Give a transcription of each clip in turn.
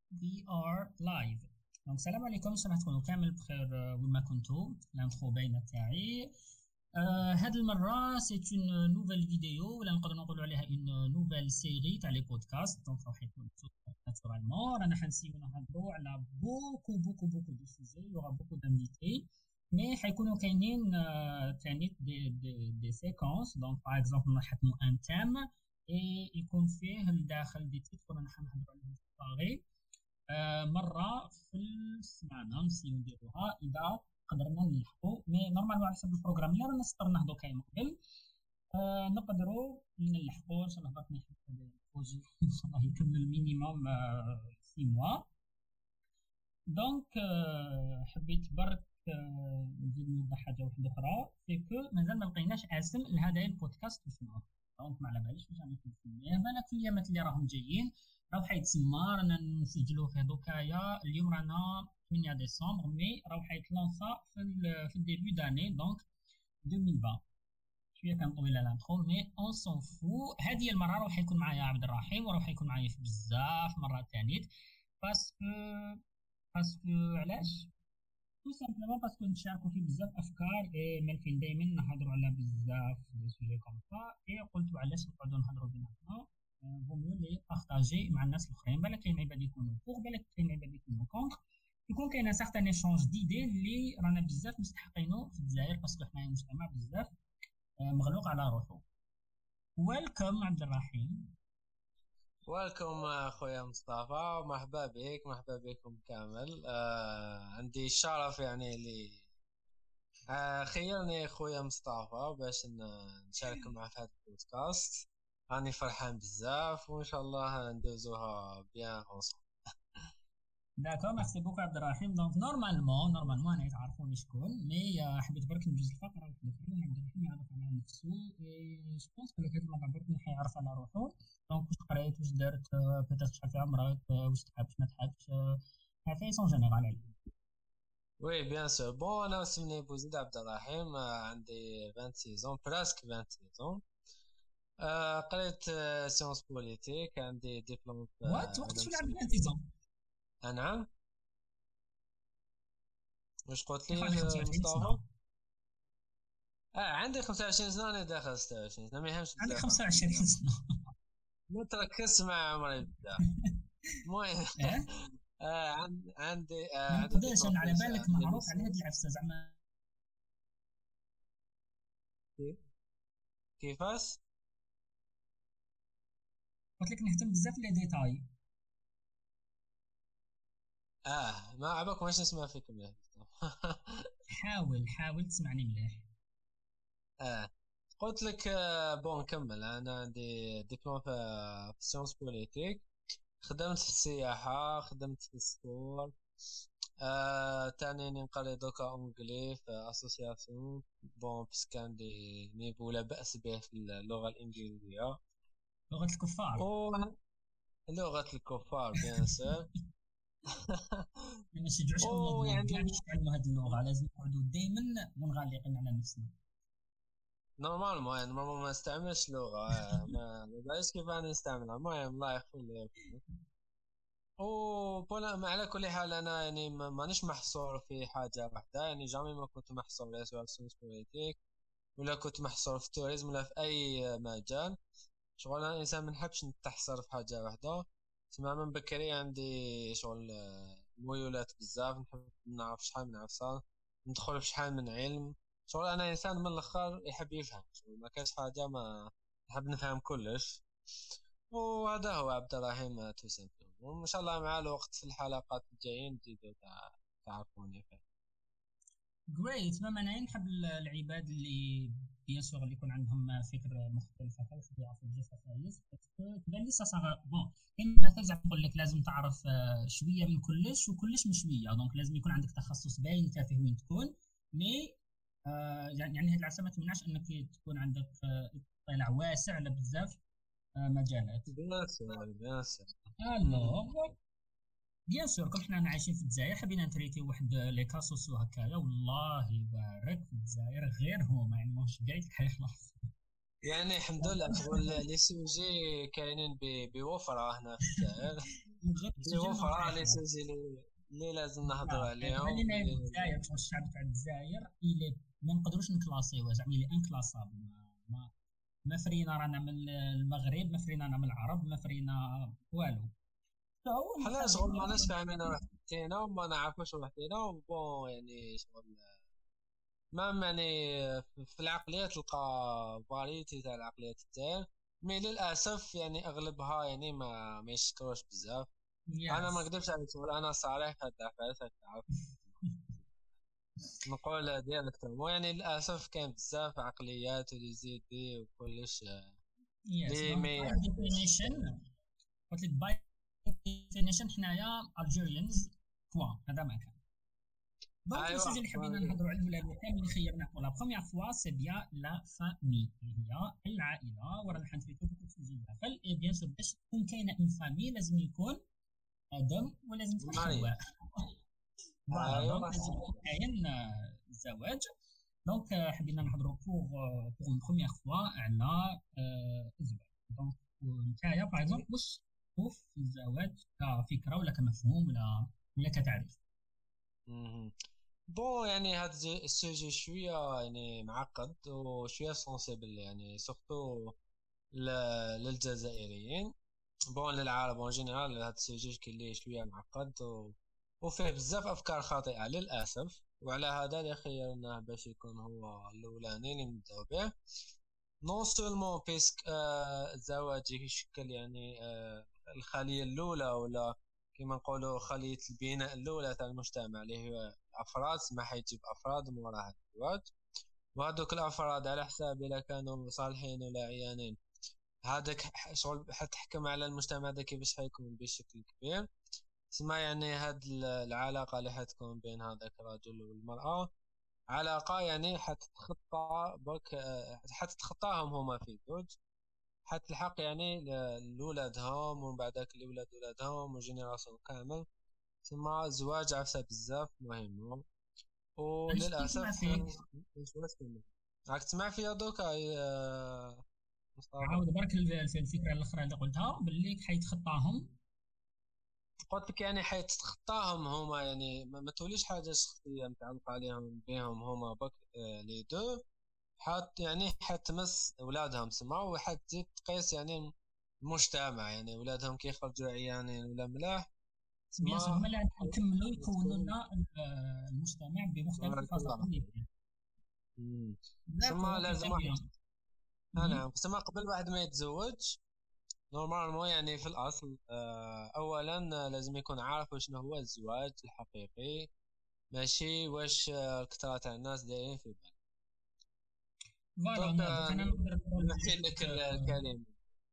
We are live. دونك السلام عليكم، ان شاء الله تكونوا كامل بخير وين ما كنتو. الانترو باينه تاعي. هاد المره سي اون نوفيل فيديو ولا نقدر نقولوا عليها اون نوفيل سيري تاع لي بودكاست. دونك راح يكون ناتورالمون رانا حنسيو نهضروا على بوكو دو سوجي، يوغا بوكو دانفيتي، مي حيكونوا كاينين تاني دي سيكونس. دونك باغ اكزومبل نحكموا ان تيم اي يكون فيه الداخل دي تيتر رانا حنهضروا عليهم في الطاغي مره في السمانه نسيو نديروها اذا قدرنا نلحقوا. مي نورمالمون على حسب البروغرام اللي رانا سطرناه دوكا من قبل نقدروا نلحقوا ان شاء الله. باقي نحب هذا البروجي ان شاء الله يكمل مينيموم 6 موا. دونك حبيت برك نزيد نوضح حاجه واحده اخرى، سي كو مازال ما لقيناش اسم لهذا البودكاست واسمه. دونك ما على باليش واش غادي نسميه، بالك في الايامات اللي راهم جايين راهو حيتسمى. رانا نسجلوه في دوكايا اليوم رانا 8 ديسمبر، مي راهو حيتلونسا في الديبي داني دونك 2020. شويه كان طويله الانترو مي اون سون فو. هذه المره راهو حيكون معايا عبد الرحيم وراهو حيكون معايا في بزاف مرات ثانيت. باسكو علاش؟ تو سامبلومون باسكو نتشاركوا فيه بزاف افكار اي مالفين دائما نهضروا على بزاف دي سوجي كوم سا. اي قلت علاش نقعدوا نهضروا بيناتنا، فو ميو لي بارطاجي مع الناس الاخرين. بالك كاين عباد يكونوا بوغ، بالك كاين عباد يكونوا كونتر، يكون كاين سارتان ايشونج ديدي اللي رانا بزاف مستحقينه في الجزائر باسكو حنايا مجتمع بزاف مغلوق على روحه. ويلكم عبد الرحيم. ويلكم اخويا مصطفى، مرحبا بك، مرحبا بكم كامل. عندي الشرف يعني اللي خيرني اخويا مصطفى باش نشارك معك في هذا البودكاست. راني فرحان بزاف وان شاء الله ندوزوها بيان اونصومبل. داكور ميرسي بوكو عبد الرحيم. دونك نورمالمون انا تعرفوني شكون، مي حبيت برك ندوز الفقره واحده اخرى. عبد الرحيم يعرف على نفسه اي جو بونس بلي هاد المره برك حيعرف على روحو. دونك واش قريت، واش درت، بيتيت شحال في عمرك، واش تحب واش ما تحبش، عارفين سون جينيرال عليك. وي بيان سور. بون انا اسمي بوزيد عبد الرحيم، عندي 26 براسك 26. قريت سيونس بوليتيك، عندي دبلوم في وات وقت علوم شو لعب سياسية. الانتظام؟ نعم. واش قلت يا اخي لي عندي 25 مصطفى؟ سنه. عندي 25 سنة، أنا داخل 26 سنة، ما يهمش عندي بزاف. 25 سنه. ما تركزش مع عمري بزاف. المهم اه ما عندي نقدرش دبلوم انا على في بالك معروف على هاد الديميسيون. العفسه زعما. كيفاش؟ قلت لك نهتم بزاف لي ديتاي. ما عباك ماش نسمع فيكم يا حاول تسمعني مليح. اه قلت لك بون نكمل. انا عندي دبلوم في سيونس بوليتيك، خدمت في السياحة، خدمت في السبور. تاني نقري دوكا اونجلي في اسوسياسيون بون، بس كان دي نيفو لا بأس به في اللغة الانجليزية. لغه الكفار. و لغة الكفار بيان سور. ما نشجعوش اولادنا كاع ويعني باش يتعلموا هذه اللغه، لازم نقعدوا دائما منغلقين على نفسنا. نورمالمون ما نستعملش لغة، ما بعرفش كيف انا نستعملها. المهم الله يغفر لي. بولا ما على كل حال انا يعني مانيش محصور في حاجة واحدة، يعني جامي ما كنت محصور لا سواء في سيونس بوليتيك ولا كنت محصور في التوريزم ولا في اي مجال. شغل انا انسان ما نحبش نتحصر في حاجه واحده. تسمع من بكري عندي شغل ميولات بزاف، نحب نعرف شحال من عفسه، ندخل في شحال من علم. شغل انا انسان من الاخر يحب يفهم، شغل ما كاش حاجه ما نحب نفهم كلش. وهذا هو عبد الرحيم توسن. وان شاء الله مع الوقت في الحلقات الجايين تزيدوا تعرفوني فيه. جريت. ما مانع نحب العباد اللي بيان سور اللي يكون عندهم فكر مختلفه يحبوا يعرفوا بزاف حوايج. تبان لي سا بون. كاين مثلا زعما نقول لك لازم تعرف شويه من كلش وكلش من شويه. دونك لازم يكون عندك تخصص باين انت فيه وين تكون. مي يعني هاد العفسه ما تمنعش انك تكون عندك اطلاع واسع على بزاف مجالات. بيان سور بيان سور. الوغ بيان سور كم حنا عايشين في الجزائر حبينا نتريتي واحد لي كاسوسيو هكايا، والله يبارك في الجزائر غير هما يعني ماهوش كاع حيخلص. يعني الحمد لله شغل لي سوجي كاينين بوفرة هنا في الجزائر. المغرب اللي هو سجلنا فرع واحد. لي سجل اللي لازم نهضر دابا عليهم اللي نايب الجزائر شغل الشعب تاع الجزائر اللي ما نقدروش نكلاسيوه زعما اللي انكلاسابل. ما فرينا رانا من المغرب، ما فرينا رانا من العرب، ما فرينا والو. فهو حنا شغل ما ناش مخرجين. فاهمين روحنا وما نعرفوش روحنا وبون يعني شغل ما يعني في العقلية تلقى فاريتي تاع العقليات تاعي، مي للاسف يعني اغلبها يعني ما يشكروش بزاف. انا ما يس. نكذبش عليك شغل انا صريح في هاد العفايس راك تعرف نقول ديريكتومون، يعني للاسف كاين بزاف عقليات ولي زيدي وكلش يس لي دونك مي باي يعرفوش. ديفينيشن، قلت لك باي ديفينيشن حنايا الجيريانز بوان، هذا ما كان. دونك لو ايوا سوجي اللي حبينا نهضروا عليه ولا اللي كامل اللي خيرنا بور لا بروميير فوا سي بيان لا فامي، اللي هي العائله. ورانا حنتريتو في السوجي داخل. اي بيان سور باش تكون كاينه اون فامي لازم يكون ادم ولازم تكون ماري. حواء. فوالا ايوا دونك لازم يكون كاين الزواج. دونك حبينا نهضروا بوغ اون بروميير فوا على الزواج. دونك نتايا باغ اكزومبل واش تشوف في الزواج كفكره ولا كمفهوم ولا كتعريف؟ بون يعني هاد السوجي شويه يعني معقد وشويه سونسيبل يعني سورتو للجزائريين. بون للعرب اون جينيرال هاد السوجي كلي شويه معقد وفيه بزاف افكار خاطئه للاسف، وعلى هذا اللي خيرناه باش يكون هو الاولاني اللي نبداو به. نون سولمون بيسك الزواج يشكل يعني الخلية الأولى ولا كما نقولوا خلية البناء الأولى تاع المجتمع اللي هي الأفراد، ما حيجيب أفراد من وراء الزواج. وهذوك الأفراد على حساب إذا كانوا صالحين ولا عيانين هذاك شغل حتحكم على المجتمع هذا كيفاش حيكون بشكل كبير. تسمى يعني هاد العلاقة اللي حتكون بين هذاك الرجل والمرأة علاقة يعني حتتخطى بك حتتخطاهم هما في زوج، حتلحق يعني لولادهم ومن بعدك لولاد ولادهم وجينيراسيون كامل. ثم الزواج عفسة بزاف مهم علاش كنسمع وللأسف فيك الزواج كامل. راك تسمع فيا دوكا مصطفى؟ عاود برك الفكره الاخرى اللي قلتها باللي حيتخطاهم. قلت لك يعني حيتخطاهم هما، يعني ما توليش حاجة شخصية متعلقة عليهم بهم هما بك لي دو، يعني حتمس اولادهم سما وحتزيد تقيس يعني المجتمع يعني اولادهم كيخرجوا عيانين ولا ملاح بيان سور سما هما اللي يكملوا يكونوا تكون لنا المجتمع بمختلف بارك الفصائل الله. اللي فيه. سما داكور اوكي لازم تري واحد بيان. انا سما قبل واحد ما يتزوج نورمالمون يعني في الاصل اولا لازم يكون عارف شنو هو الزواج الحقيقي، ماشي واش الكثرة تاع الناس دايرين في بالك. فوالا دونك انا دوك انا نقدر نقول نحكي لك الكلمة.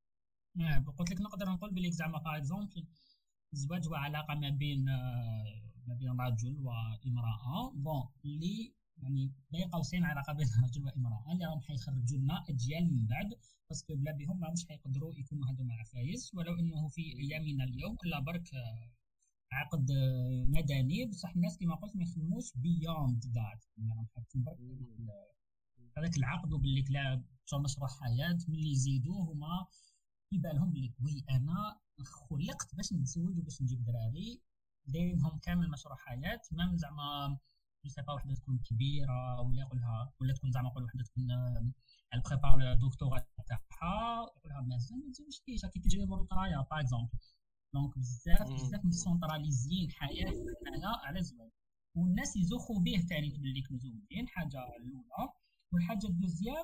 قلت لك نقدر نقول بليك زعما باغ اكزومبل الزواج هو علاقه ما بين رجل وامراه، بون اللي يعني بين قوسين علاقه بين رجل وامراه اللي راهم حيخرجوا لنا اجيال من بعد، باسكو بلا بهم ما مش حيقدروا يكونوا هذوما عفايس. ولو انه في ايامنا اليوم ولا برك عقد مدني، بصح الناس كما قلت ما يخدموش بيوند ذات، يعني راهم حاطين برك هذاك العقد وباللي لا شغل مشروع حياه. ملي يزيدوه هما في بالهم بلي وي انا خلقت باش نتزوج وباش نجيب دراري، دايرينهم كامل مشروع حياه. مام زعما جو سي با وحده تكون كبيره ولا يقولها، ولا تكون زعما نقول وحده تكون على بريبار الدكتوراه تاعها يقولها مازال ما تزوجتيش راكي تجري مور القرايه باغ اكزومبل. دونك بزاف بزاف مسونطراليزيين حياه هنايا على الزواج، والناس يزوخوا به ثاني تبليك مزوجين. حاجه الاولى. والحاجه الدوزيام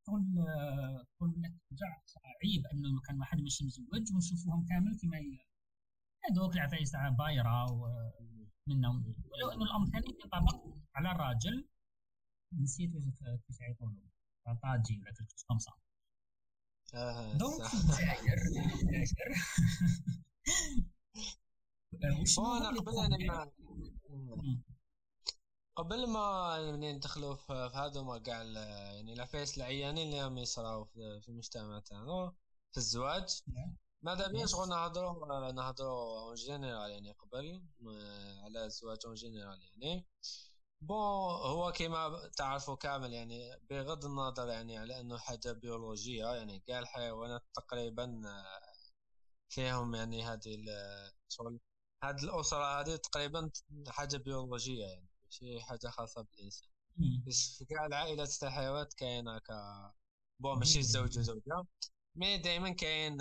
تقول لك رجع عيب انه كان واحد ماشي مزوج ونشوفوهم كامل كما هذوك العفايس تاع بايره ومنهم. ولو انه الامر ثاني ينطبق على الراجل. نسيت كيف يعيطوا له طاجي ولا كلش كوم سا. دونك في الجزائر وشنو انا هم لي قبل يعني بروبليم؟ قبل ما يعني ندخلوا في هذا ما قاع يعني العفايس العيانين اللي هم يصراو في المجتمع تاعنا في الزواج، ماذا بيا شغل نهضروا اون جينيرال يعني قبل على الزواج اون جينيرال يعني. بون هو كما تعرفوا كامل يعني بغض النظر يعني على انه حاجه بيولوجيه، يعني كاع الحيوانات تقريبا فيهم يعني هذه شغل هاد الاسره هذه تقريبا حاجه بيولوجيه يعني ماشي حاجه خاصه بالانسان. بس في كاع العائلات تاع الحيوانات كاين هكا بون ماشي وي الزوج وزوجه، مي دائما كاين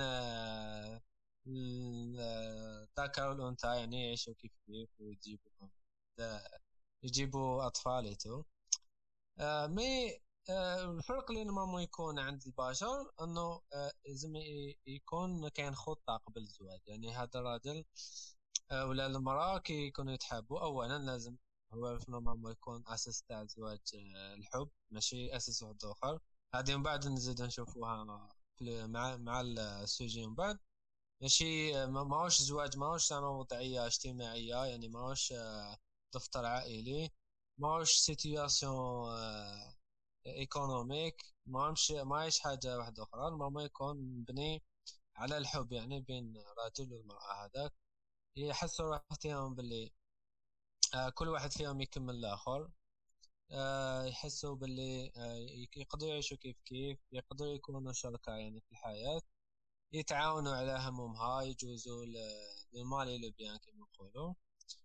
الذكر والانثى يعني يعيشوا كيف كيف ويجيبوا يجيبوا اطفال تو. مي الفرق اللي نورمالمون يكون عند البشر انه لازم يكون كاين خطة قبل الزواج. يعني هذا الرجل ولا المرأة كي يكونوا يتحابوا اولا لازم هو في نورمالمون يكون اساس تاع الزواج الحب ماشي اساس واحد اخر. هذه من بعد نزيد نشوفوها مع السوجي من بعد. ماشي ماهوش زواج ماهوش زعما وضعية اجتماعية يعني ماهوش دفتر عائلي ماهوش سيتياسيون ايكونوميك ماهيش حاجة واحدة أخرى. ما يكون مبني على الحب يعني بين الرجل والمرأة هذاك يحسوا روحهم باللي كل واحد فيهم يكمل الآخر. يحسوا باللي يقدروا يعيشوا كيف كيف يقدروا يكونوا شركاء يعني في الحياة يتعاونوا على همومها يجوزوا للمال لو بيان كما نقولوا.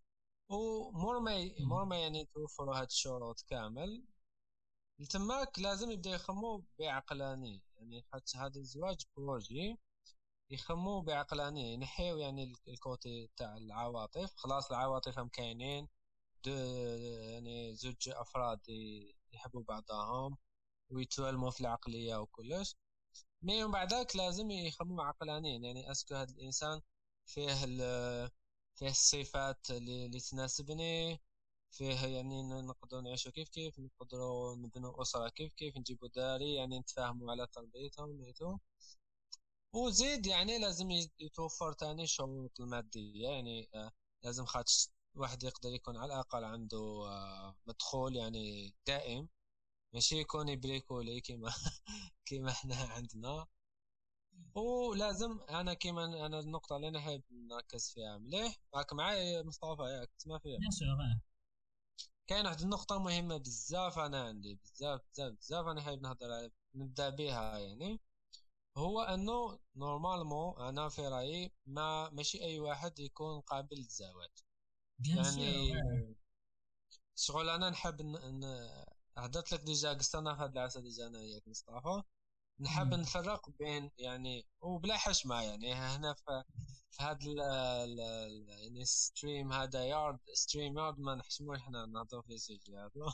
ومور ما يعني توفروا هاد الشروط كامل تماك لازم يبدا يخمو بعقلانية يعني حتى هذا الزواج بروجي يخمو بعقلانية ينحيو يعني الكوتي تاع العواطف. خلاص العواطف هم كاينين يعني زوج افراد يحبوا بعضهم ويتوالموا في العقلية وكلش. مي من بعد ذاك لازم يخمو عقلانيا يعني اسكو هذا الانسان فيه فيه الصفات اللي تناسبني فيه يعني نقدروا نعيشوا كيف كيف نقدروا نبنوا أسرة كيف كيف نجيبوا داري يعني نتفاهموا على تربيتهم نيتو. وزيد يعني لازم يتوفر تاني الشروط المادية يعني لازم خاطش واحد يقدر يكون على الأقل عنده مدخول يعني دائم ماشي يكون يبريكولي كيما كيما احنا عندنا. ولازم انا كيما انا النقطه اللي انا حاب نركز فيها مليح معك معايا مصطفى ياك تسمع فيها. بيان سور. كاين واحد النقطه مهمه بزاف انا عندي بزاف بزاف بزاف انا حاب نهضر نبدا بها يعني هو انه نورمالمون انا في رايي ما ماشي اي واحد يكون قابل للزواج. بيان سور. يعني شغل انا نحب هدرت لك ديجا قصتنا في هاد العسل ديجا انا وياك مصطفى نحب نفرق بين يعني وبلا حشمة يعني هنا في هذا يعني ستريم هذا يارد ستريم يارد ما نحشموش احنا نهضروا في السجل هذا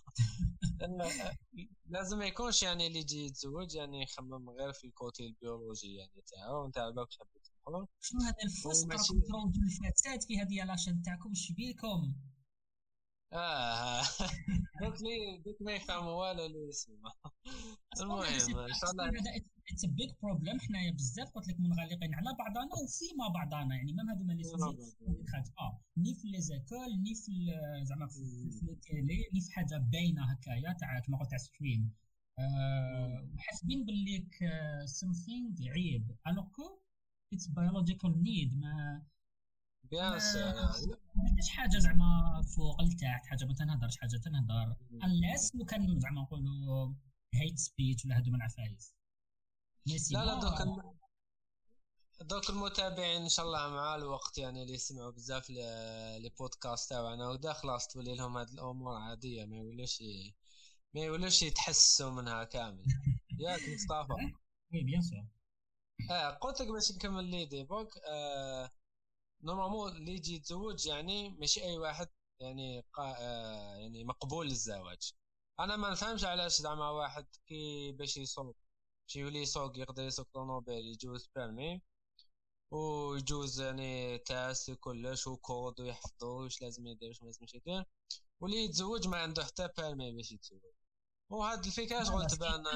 لازم ما يكونش يعني اللي يجي يتزوج يعني يخمم غير في الكوتي البيولوجي يعني تاعو نتاع بالك حبيت تقول شنو هذا الفسق وماشي راكم تروجوا الفساد في هذه لاشين تاعكم شبيكم. اه دوك ما يفهموا والو اللي يسمع. المهم ان شاء الله. هذا اتس بيج بروبليم. حنايا بزاف قلت لك منغلقين على بعضنا وفيما بعضنا يعني مام هذوما لي سوجي ني في لي زيكول ني في زعما في التيلي ني في حاجه باينه هكايا تاع كما قلت تاع ستريم حاسبين باللي something عيب الوغ اتس بيولوجيكال نيد ما بيان سور ماش حاجه زعما فوق لتحت حاجه ما تنهضرش حاجه تنهضر unless لو كان زعما نقولوا هيت سبيتش ولا هادو من العفايس. لا لا دوك المتابعين ان شاء الله مع الوقت يعني اللي يسمعوا بزاف لي بودكاست تاعنا ودا خلاص تولي لهم هاد الامور عاديه ما يولوش يتحسوا منها كامل. ياك مصطفى وي بيان سور. قلت لك باش نكمل لي دي بوك نورمالمون اللي يجي يتزوج يعني ماشي اي واحد يعني يعني مقبول للزواج. انا ما نفهمش علاش زعما واحد كي باش يسوق باش يولي يسوق يقدر يسوق طوموبيل يجوز بيرمي ويجوز يعني تاس كلش وكود ويحفظو واش لازم يدير واش ما لازمش يدير واللي يتزوج ما عنده حتى بيرمي باش يتزوج. وهاد الفكره شغل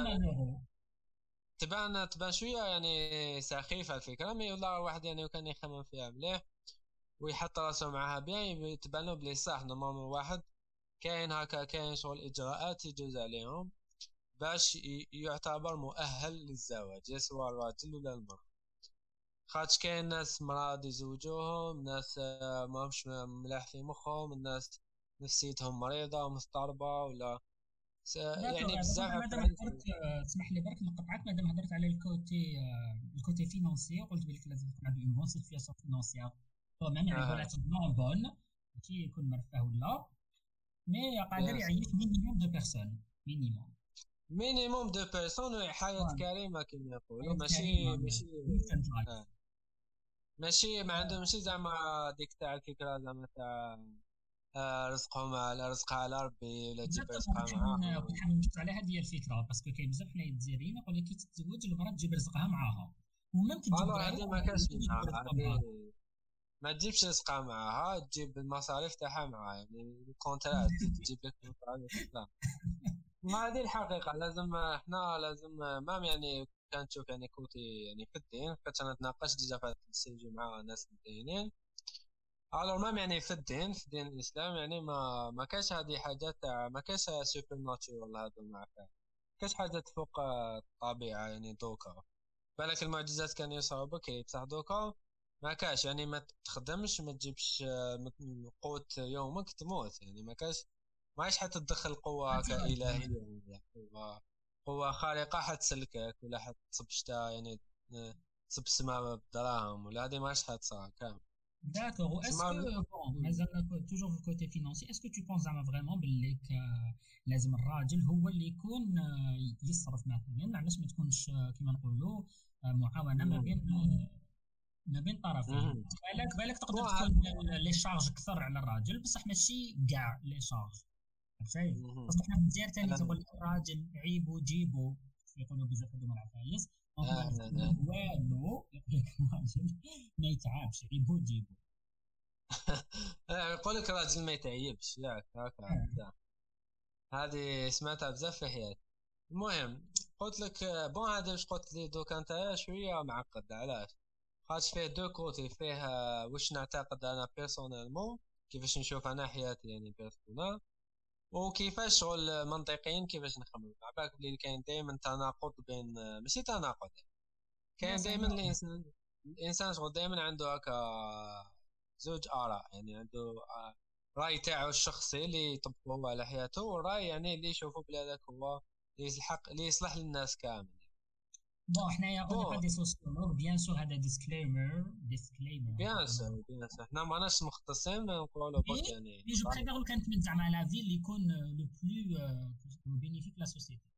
تبان شويه يعني سخيفه الفكره مي والله الواحد يعني وكان يخمم فيها مليح ويحط راسه معاها بيان يتبان له بلي صح نورمالمون واحد كاين هكا كاين شغل اجراءات يجوز عليهم باش يعتبر مؤهل للزواج سواء الراجل ولا المرأة. خاطش كاين ناس مرض يزوجوهم ناس ماهمش ملاح في مخهم الناس نفسيتهم مريضة ومضطربة ولا يعني بزاف مادام هضرت اسمح لي برك نقطعك مادام هضرت على الكوتي فينانسي قلت بلك لازم يكون عنده اون بون سيتياسيون فينانسيير طبعا يعني اها ريلاتيفمون بون، ماشي يكون مرفه ولا، مي قادر بيان سور. يعيش مينيموم دو بيرسون، مينيموم. مينيموم دو بيرسون، حياة فوالا، كريمة كما يقولوا، حياة ماشي كريمة، ماشي ديسنت لايف. آه. ماشي ما عندهم ماشي زعما ديك تاع الفكرة زعما تاع رزقهم على رزقها على ربي ولا تجيب اكزاكتومون، رزقها معاها. كنت حاب نشوف على هذه هي الفكره، باسكو كاين بزاف حنايا الجزائريين يقول لك كي تتزوج المراه تجيب رزقها معاها، وممكن تجيب الو دراهم هذه ما كاش ويجيب منها رزقها هذه، معاها. ما تجيبش رزقها معاها، تجيب المصاريف تاعها معاها، يعني الكونترات تجيب لك المصاريف لا. وهذه الحقيقة، لازم احنا لازم ما يعني كان تشوف يعني كوتي يعني في الدين، كنت انا اتناقش ديجا في هذا السجن مع ناس مدينين. الو ما يعني في الدين، في دين الاسلام يعني ما كاش هذه حاجات تاع ما كاش سوبر ناتشورال، هذا ما كاش حاجات فوق الطبيعة يعني دوكا. بالك المعجزات كان يصعب بك بصح دوكا ما كاش، يعني ما تخدمش ما تجيبش قوت يومك تموت، يعني ما كاش ماش حتى تدخل قوة هادشي غير كإلهية ولا قوة خارقة حتسلكك ولا حتصب شتا يعني تصب السما بدراهم ولا هذه ماش حتصرا كامل. داكوغ. تسمى اسكو بون مازالنا توجور في الكوتي فينونسي، اسكو تو بونس زعما فريمون باللي لازم الراجل هو اللي يكون يصرف مثلا، علاش ما تكونش كما نقولوا معاونه ما بين طرفين؟ بالك تقدر بون تكون لي شارج كثر على الراجل، بصح ماشي كاع لي شارج، فهمتي؟ باسكو حنا في الجزائر ثاني تقول لك الراجل عيبو جيبو، يقولوا بزاف هذوما العفايس، دونك ما نفهموا والو، يقول لك الراجل ما يتعبش، عيبو جيبو. يقول لك راجل ما يتعيبش ياك هكا آه. بدا. هذه سمعتها بزاف في حياتي. المهم قلت لك بون هذا واش قلت لي دوكا انت شويه معقد علاش، خاطش فيه دو كوتي، فيه واش نعتقد انا بيرسونيلمون، كيفاش نشوف انا حياتي يعني بيرسونال، وكيفاش شغل منطقيا كيفاش نخمم مع بالك بلي كاين دائما تناقض بين ماشي تناقض، كاين يس اي دائما نو. الانسان شغل دائما عنده هكا زوج اراء، يعني عنده راي تاعو الشخصي اللي يطبقه هو على حياته، والراي يعني اللي يشوفه بلي هذاك هو اللي يصلح للناس كامل. بون حنايا اوني با بون دي سوسيولوج بيان سور، هذا ديسكليمر، ديسكليمر هكا بيان كما سور نقول. بيان سور احنا ماناش مختصين نقولوا مي بك يعني مي جو بريفير كان تمد زعما لا في اللي يكون لو بلو بينيفيك لا سوسيتي.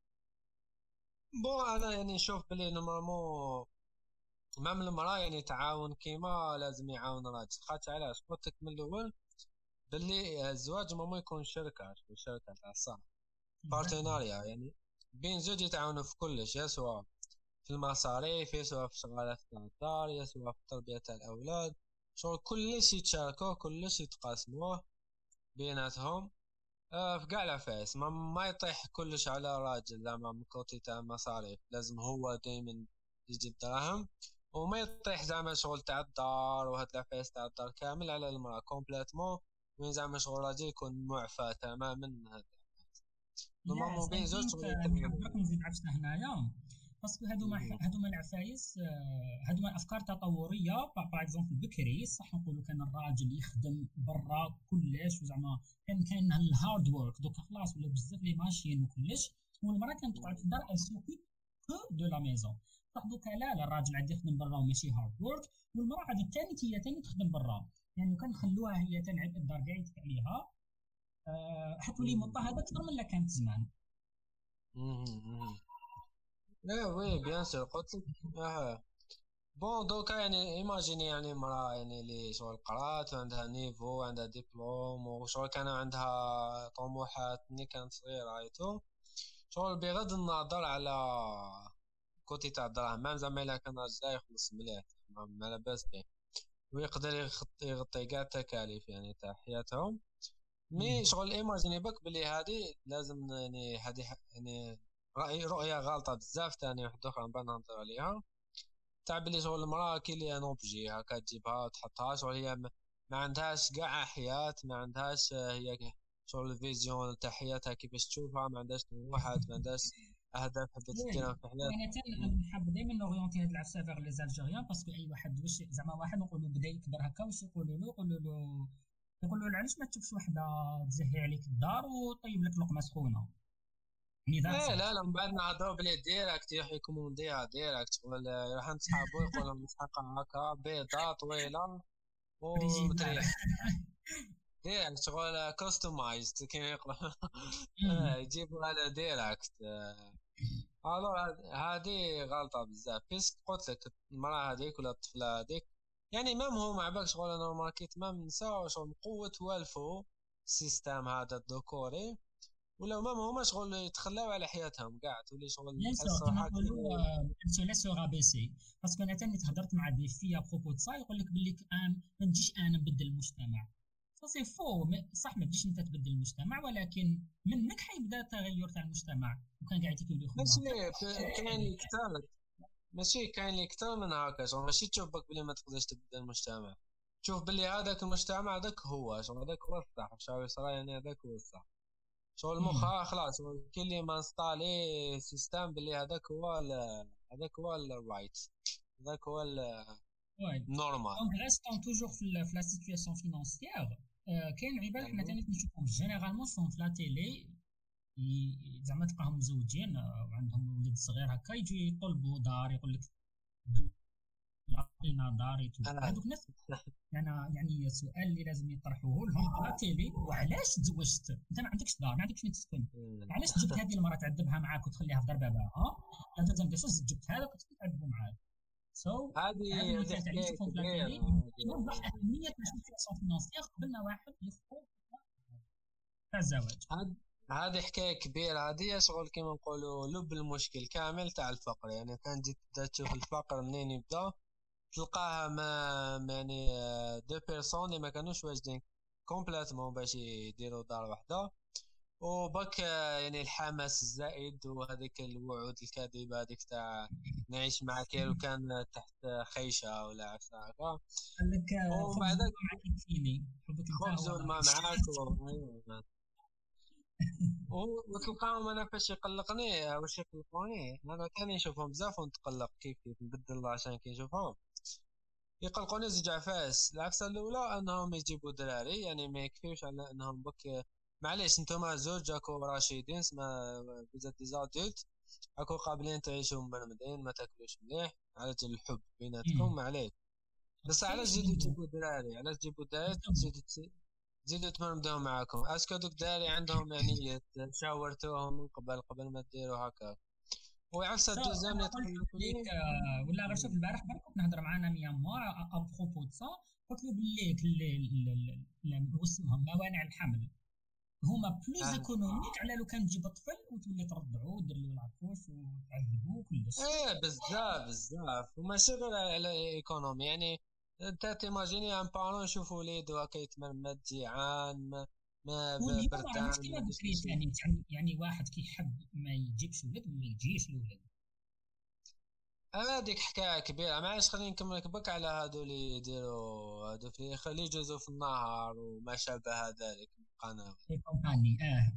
بون انا يعني نشوف بلي نورمالمون مام المرأة يعني تعاون كيما لازم يعاون الراجل، خاطر علاش قلت لك من الاول باللي الزواج ما يكون شركة، شركة تاع الصح، اكزاكتلي. بارتناريا يعني بين زوج يتعاونوا في كلش، يا سواء في المصاريف يا سواء في شغالات تاع الدار يا سواء في تربية تاع الأولاد، شغل كلش يتشاركوه كلش يتقاسموه بيناتهم. في كاع العفايس ما يطيح كلش على راجل، زعما من كوتي تاع المصاريف لازم هو دايما يجيب دراهم، وما يطيح زعما شغل تاع الدار وهاد العفايس تاع الدار كامل على المرأة كومبليتمون، وين زعما شغل راجل يكون معفى تماما من هاد العفايس. يس نورمالمون اي بين زوج ثينك شغل يكملوا نحبك نزيد عفسنا هنايا، باسكو هادوما العفايس، هادوما افكار تطوريه. باغ اكزومبل بكري صح نقولوا كان الراجل يخدم برا كلش، وزعما كان الهارد وورك، دوكا خلاص ولا بزاف لي ماشين وكلش، والمراه كانت تقعد في الدار سوكي كو دو لا ميزون. صح دوكا لا الراجل عاد يخدم برا وماشي هارد وورك، والمراه عاد هي ثاني تخدم برا، يعني كان خلوها هي ثاني عبء الدار كاع يتك عليها، حتولي مضطهده اكثر من اللي كانت زمان. لا وي بيان سور قلت لك بون دوكا يعني ايماجيني يعني امرأة يعني اللي شغل قرات وعندها نيفو وعندها دبلوم وشغل كان عندها طموحات ملي كانت صغيرة رايتو، شغل بغض النظر على كوتي تاع الدراهم، ما زعما الا كان راجل لا يخلص مليح ما لاباس به ويقدر يغطي كاع التكاليف يعني تاع حياتهم. مي شغل ايماجيني بك بلي هذه لازم يعني يعني رؤية غلطة بزاف تاني واحدة أخرى نبان نهضر عليها، تاع بلي شغل المرأة كي اللي ان اوبجي هكا تجيبها وتحطها شغل هي ما عندهاش كاع حياة، ما عندهاش هي شغل الفيزيون تاع حياتها كيفاش تشوفها، ما عندهاش طموحات، ما عندهاش أهداف حبت وي، ديرها في وانا حياتها. نحب دائما نورينتي هاد العفسه فيغ لي زالجيريان، باسكو اي واحد واش زعما واحد نقولوا بدا يكبر هكا واش يقولوا له علاش ما تشوفش وحده تزهي عليك الدار وطيب لك لقمه سخونه، يعني ذات ايه سيت. لا لا من بعد نهضروا بلي ديريكت يروح يكومونديها ديريكت، ولا يروح عند صحابو يقول لهم مسحقة هكا بيضة طويلة اوريجينال. ومتريح. دير شغل كاستمايزد كيما يقولوا. يجيبوا على ديريكت. الو هذه غلطه بزاف، فيس قلت لك المراه هذيك ولا الطفله هذيك، يعني مام هو مع بالك شغل انا ماركيت مام نساو شغل من قوه والفو السيستم هذا الذكوري، ولا مام هما شغل يتخلاو على حياتهم كاع تولي شغل بيان سور تحس كيما روحك. نقولوا سو لا سو رابيسي. باسكو انا تاني تهضرت مع دي في ابروبو تاع يقول لك باللي ما نجيش انا نبدل المجتمع. سي فو، صح ما تجيش انت تبدل المجتمع، ولكن منك حيبدا التغير تاع المجتمع. وكان قاعد يقول لي ماشي خويا كاين اللي كثر، ماشي كاين اللي كثر من هكا شغل ماشي تشوف بك بلي ما تقدرش تبدل المجتمع، تشوف بلي هذاك المجتمع هذاك هو شغل هذاك هو الصح شاوي صرا، يعني هذاك هو الصح شغل المخ خلاص كل اللي ما انستالي سيستم بلي هذاك هو هذاك هو الرايت، هذاك هو Ouais. النورمال. Donc, restant toujours في la situation financière. كاين عباد حنا يعني تاني نشوفهم جينيرالمون سون في لا تيلي، زعما تلقاهم مزوجين وعندهم ولد صغير هكا، يجي يطلبوا دار، يقول لك عطينا دار تو. هذوك الناس يعني السؤال اللي لازم يطرحوه لهم لا تيلي: وعلاش تزوجت؟ انت ما عندكش دار، ما عندكش فين تسكن، علاش جبت هذه المراه تعذبها معاك وتخليها في دار باباها؟ انت تنقص جبت هذا وتعذبوا معاك. هذا هذه المثال تاع اللي حكايه يشوفهم في لاتيلي كبيره. يوضح اهميه السيتياسيون فينانسيير قبل ما واحد يخطو تاع الزواج. هذه حكايه كبيره، هذه شغل كيما نقولوا لب المشكل كامل تاع الفقر. يعني كان تبدا تشوف الفقر منين يبدا، تلقاها ما يعني دو بيرسون اللي ما كانوش واجدين كومبليتمون باش يديروا دار واحده، وبك يعني الحماس الزائد وهذيك الوعود الكاذبه هذيك تاع نعيش معك لو كان تحت خيشه ولا عفسه هكا، قال لك وبعد خبز معك يكفيني، حبك انت خبز هو والماء معاك وتلقاهم. انا فاش يقلقني واش يقلقوني انا كان نشوفهم بزاف ونتقلق كيف نبدل الله عشان كي نشوفهم يقلقوني زوج عفاس. العفسه الاولى انهم يجيبوا دراري، يعني ما يكفيوش على انهم بك معليش نتوما زوج اكو راشدين اسمها بزاف ديزادولت اكو قابلين تعيشوا مبرمدين ما تاكلوش مليح على جال الحب بيناتكم معليش، بس علاش تزيدوا تجيبوا دراري؟ علاش تجيبوا دراري تزيدوا تمرمدوا معاكم؟ اسكو دوك دراري عندهم يعني شاورتوهم من قبل ما ديروا هكا؟ وعفسه الدوزيام اللي قلت لك ولا غير شوف البارح برك كنت نهضر مع انا مياموار ابروبو دو سا، قلت له باللي اسمهم موانع الحمل هما بلوز ايكونوميك على لو كان تجيب طفل وتولي ترضعو ودير له العفوس وتعذبو كلش. بزاف وماشي غير على ايكونومي. يعني انت تيماجيني ان بارون يشوف وليدو هكا يتمرمد جيعان ما واليوم راه مش بردان كيما ما قلت لي ثاني، يعني واحد كيحب ما يجيبش ولد وما يجيش الولد. هذيك حكايه كبيره. معليش خلينا نكمل لك بك على هادو اللي يديروا هادو في خلي يجوزوا في النهار وما شابه ذلك من قنوات. في كومباني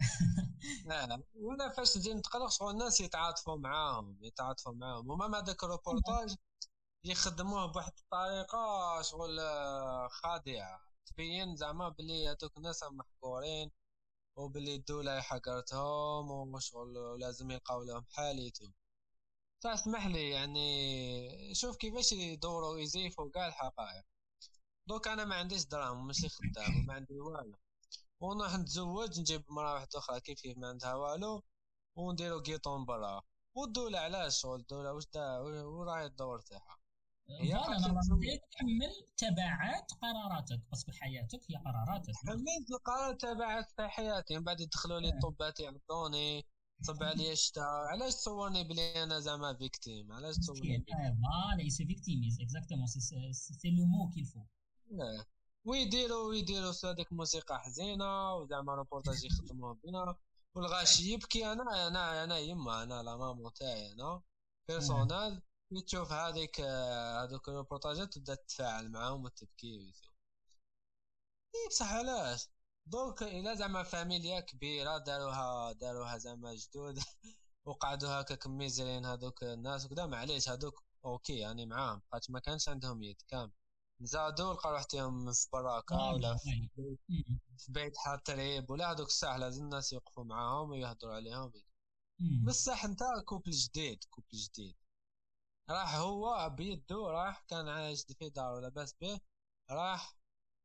وانا فاش نجي نتقلق شغل الناس يتعاطفوا معاهم وما هذاك الروبورتاج يخدموه بواحد الطريقه شغل خادعه تبين زعما بلي هذوك الناس محقورين وبلي الدوله حقرتهم وشغل ولازم يلقاو لهم حاليتهم. تسمح لي يعني شوف كيفاش يدوروا يزيفوا كاع الحقائق. دوك انا ما عنديش دراهم ماشي خدام وما عندي والو، ونروح نتزوج نجيب مرا واحده اخرى كيف ما عندها والو ونديرو كيطون برا. والدولة علاش شغل الدولة واش وراهي الدور تاعها هي فوالا قالت نورمالمون تحمل تبعات قراراتك، باسكو حياتك هي قراراتك. حملت القرار تبعت في حياتي من بعد يدخلوا لي الطبات يعطوني صب علي الشتا. علاش تصورني بلي انا زعما فيكتيم؟ علاش تصورني مسكين فوالا يسي فيكتيميز اكزاكتومون سي لو مو كيل فو. ويديروا هذيك موسيقى حزينه وزعما روبورتاج يخدموه بنا والغاشي يبكي. انا يما انا لا مامون تاعي انا بيرسونال تشوف هذوك الروبورتاجات تبدا تتفاعل معاهم وتبكي ويسو. بصح علاش دوك الا زعما فاميليا كبيره داروها زعما جدود وقعدوا هكا كميزرين هذوك الناس وكذا معليش هذوك اوكي يعني معاهم خاطر ما كانش عندهم يد كامل زادوا لقاو روحتهم في براكه ولا في بيت حاطريب ولا هذوك الساعه لازم الناس يوقفوا معاهم ويهضروا عليهم. بصح انت كوبل جديد راح هو بيدو راح كان عايش في دار لاباس به راح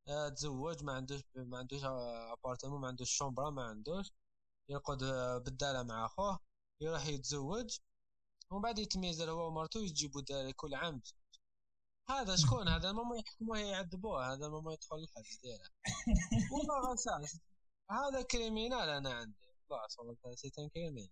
تزوج ما عندوش ابارتمون، ما عندوش شومبرا، ما عندوش، يرقد بالدالة مع اخوه، يروح يتزوج، ومن بعد يتميزر هو ومرته يجيبوا داري كل عام. هذا شكون؟ هذا الماما يحكموه يعذبوه، هذا الماما يدخل الحبس ديره. والله غساس، هذا كريمينال انا عندي، خلاص والله سيتان كريمينال.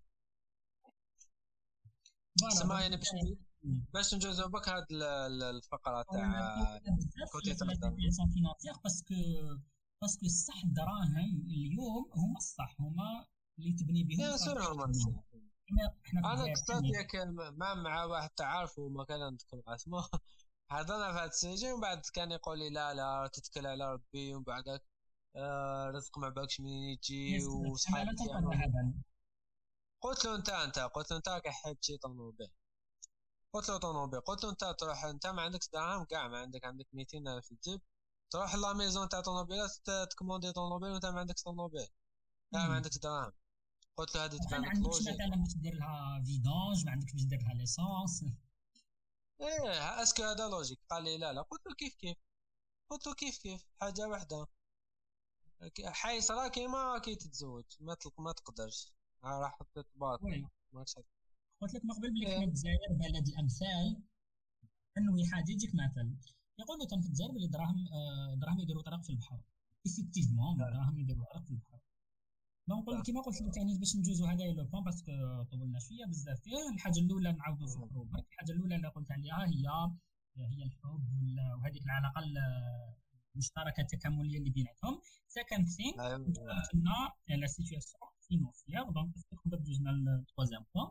فوالا سما دونك يعني باش نجوزو بك هاد الفقرة انا تاع قلت بزاف كوتي في تاع لابيليسيون فينانسيير باسكو الصح الدراهم اليوم هما الصح، هما اللي تبني بهم بيان سور صافي. نورمال. احنا في انا الجزائر قصدت ياك مع واحد تعرفه مكان نذكر اسمه هضرنا في هذا السجن، ومن بعد كان يقول لي لا لا تتكل على ربي، ومن بعد رزق ما باكش منين يجي، انا لا وصحابك تنقض يعملوا. هذا. قلت له انت كحب شي طوموبيل، قلت له طوموبيل، قلت له انت تروح، انت ما عندكش دراهم كاع، ما عندك 200 الف في الجيب، تروح لا ميزون تاع طوموبيلات تكوموندي طوموبيل وانت ما عندكش طوموبيل، لا ما عندكش دراهم. قلت له هذه ما تبان لك عندكش لوجيك. مثلا باش دير لها فيدونج، ما عندكش باش دير لها ليسونس. ايه اسكو هذا لوجيك؟ قال لي لا لا. قلت له كيف حاجه واحده، حيصرا كيما كي تتزوج ما تقدرش، راح تتباط. وي ماكش قلت لك من قبل بلي حنا ايه. الجزائر بلد الامثال. انه حاجه يجيك مثل، يقول لك في الجزائر بلي دراهم دراهم يديروا طريق في البحر. ايفيكتيفمون دراهم يديروا طريق في البحر. نقول كيما قلت لك يعني باش نجوزوا هذا لو بون باسكو طولنا شويه بزاف فيه. الحاجه الاولى نعاودوا نفكروا برك، الحاجه الاولى اللي قلت عليها هي الحب وهذيك العلاقه المشتركه التكامليه اللي بيناتهم. سكند ثينغ ايوه. قلنا لا سيتوياسيون فينونسيير. دونك نقدر دوزنا التروازيام بوان.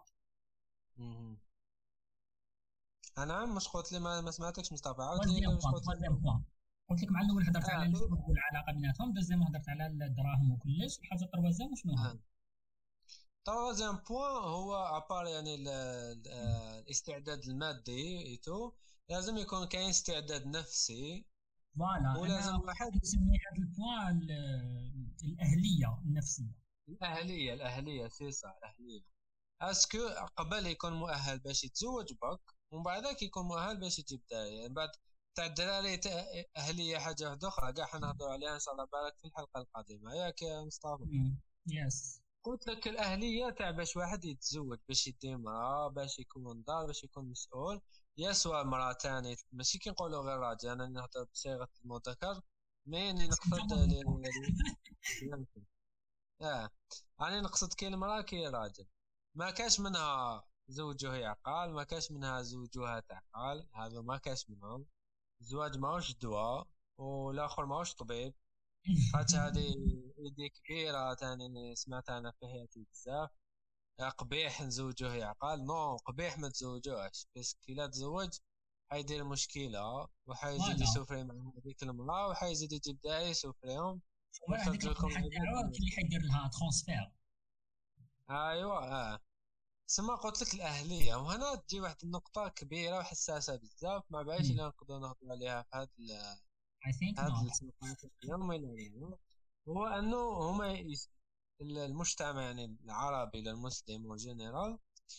انا مش قلت لي ما سمعتكش مصطفى، عاود لي تروازيام واش بوان قلت لي. تروازيام بوان قلت لك مع الاول هضرت على اه الحب والعلاقه بيناتهم، دوزيام هضرت على الدراهم وكلش. الحاجه التروازيام وشنو هو؟ troisième بوان هو ابار يعني الاستعداد المادي ايتو، لازم يكون كاين استعداد نفسي، فوالا ولازم انا واحد. نسمي هذا البوان الاهليه النفسيه. الاهليه سي صح، الاهليه. اسكو قبل يكون مؤهل باش يتزوج بك، ومن بعدك يكون مؤهل باش يجيب داري، يعني بعد تاع الدراري اهليه حاجه واحده اخرى كاع حنهضروا عليها ان شاء الله بارك في الحلقه القادمه، ياك يا مصطفى؟ يس. قلت لك الأهلية تاع باش واحد يتزوج، باش يدي مرأة، باش يكون دار، باش يكون مسؤول، يسوى مرأة تاني، ماشي كي نقولوا غير راجل، أنا نهضر بصيغة المذكر، مين نقصد يمكن. أنا نقصد كي المرأة كي راجل، ما كاش منها زوجه يعقال، ما كاش منها زوجها تعقال، هذا ما كاش منهم. الزواج ماهوش دواء، والآخر ماهوش طبيب. خاطر هذه ايدي كبيرة تاني سمعتها أنا في حياتي بزاف. قبيح نزوجوه يعقل، نو قبيح ما تزوجوهش، بس كي لا تزوج حيدير مشكلة، وحيزيد فوالا يسوفري مع هذيك المرأة، وحيزيد يجيب داعي يسوفريهم، هذيك ويخرج لكم القبيحه عباد تاعو من. اللي حيدير لها ترونسفير. ايوا سما قلت لك الأهلية، وهنا تجي واحد النقطة كبيرة وحساسة بزاف، ما بعيش اللي نقدر نهضر عليها في اي ثينك هاد نوت. الحلقات اليوم هو انه هما المجتمع يعني العربي للمسلم والجنرال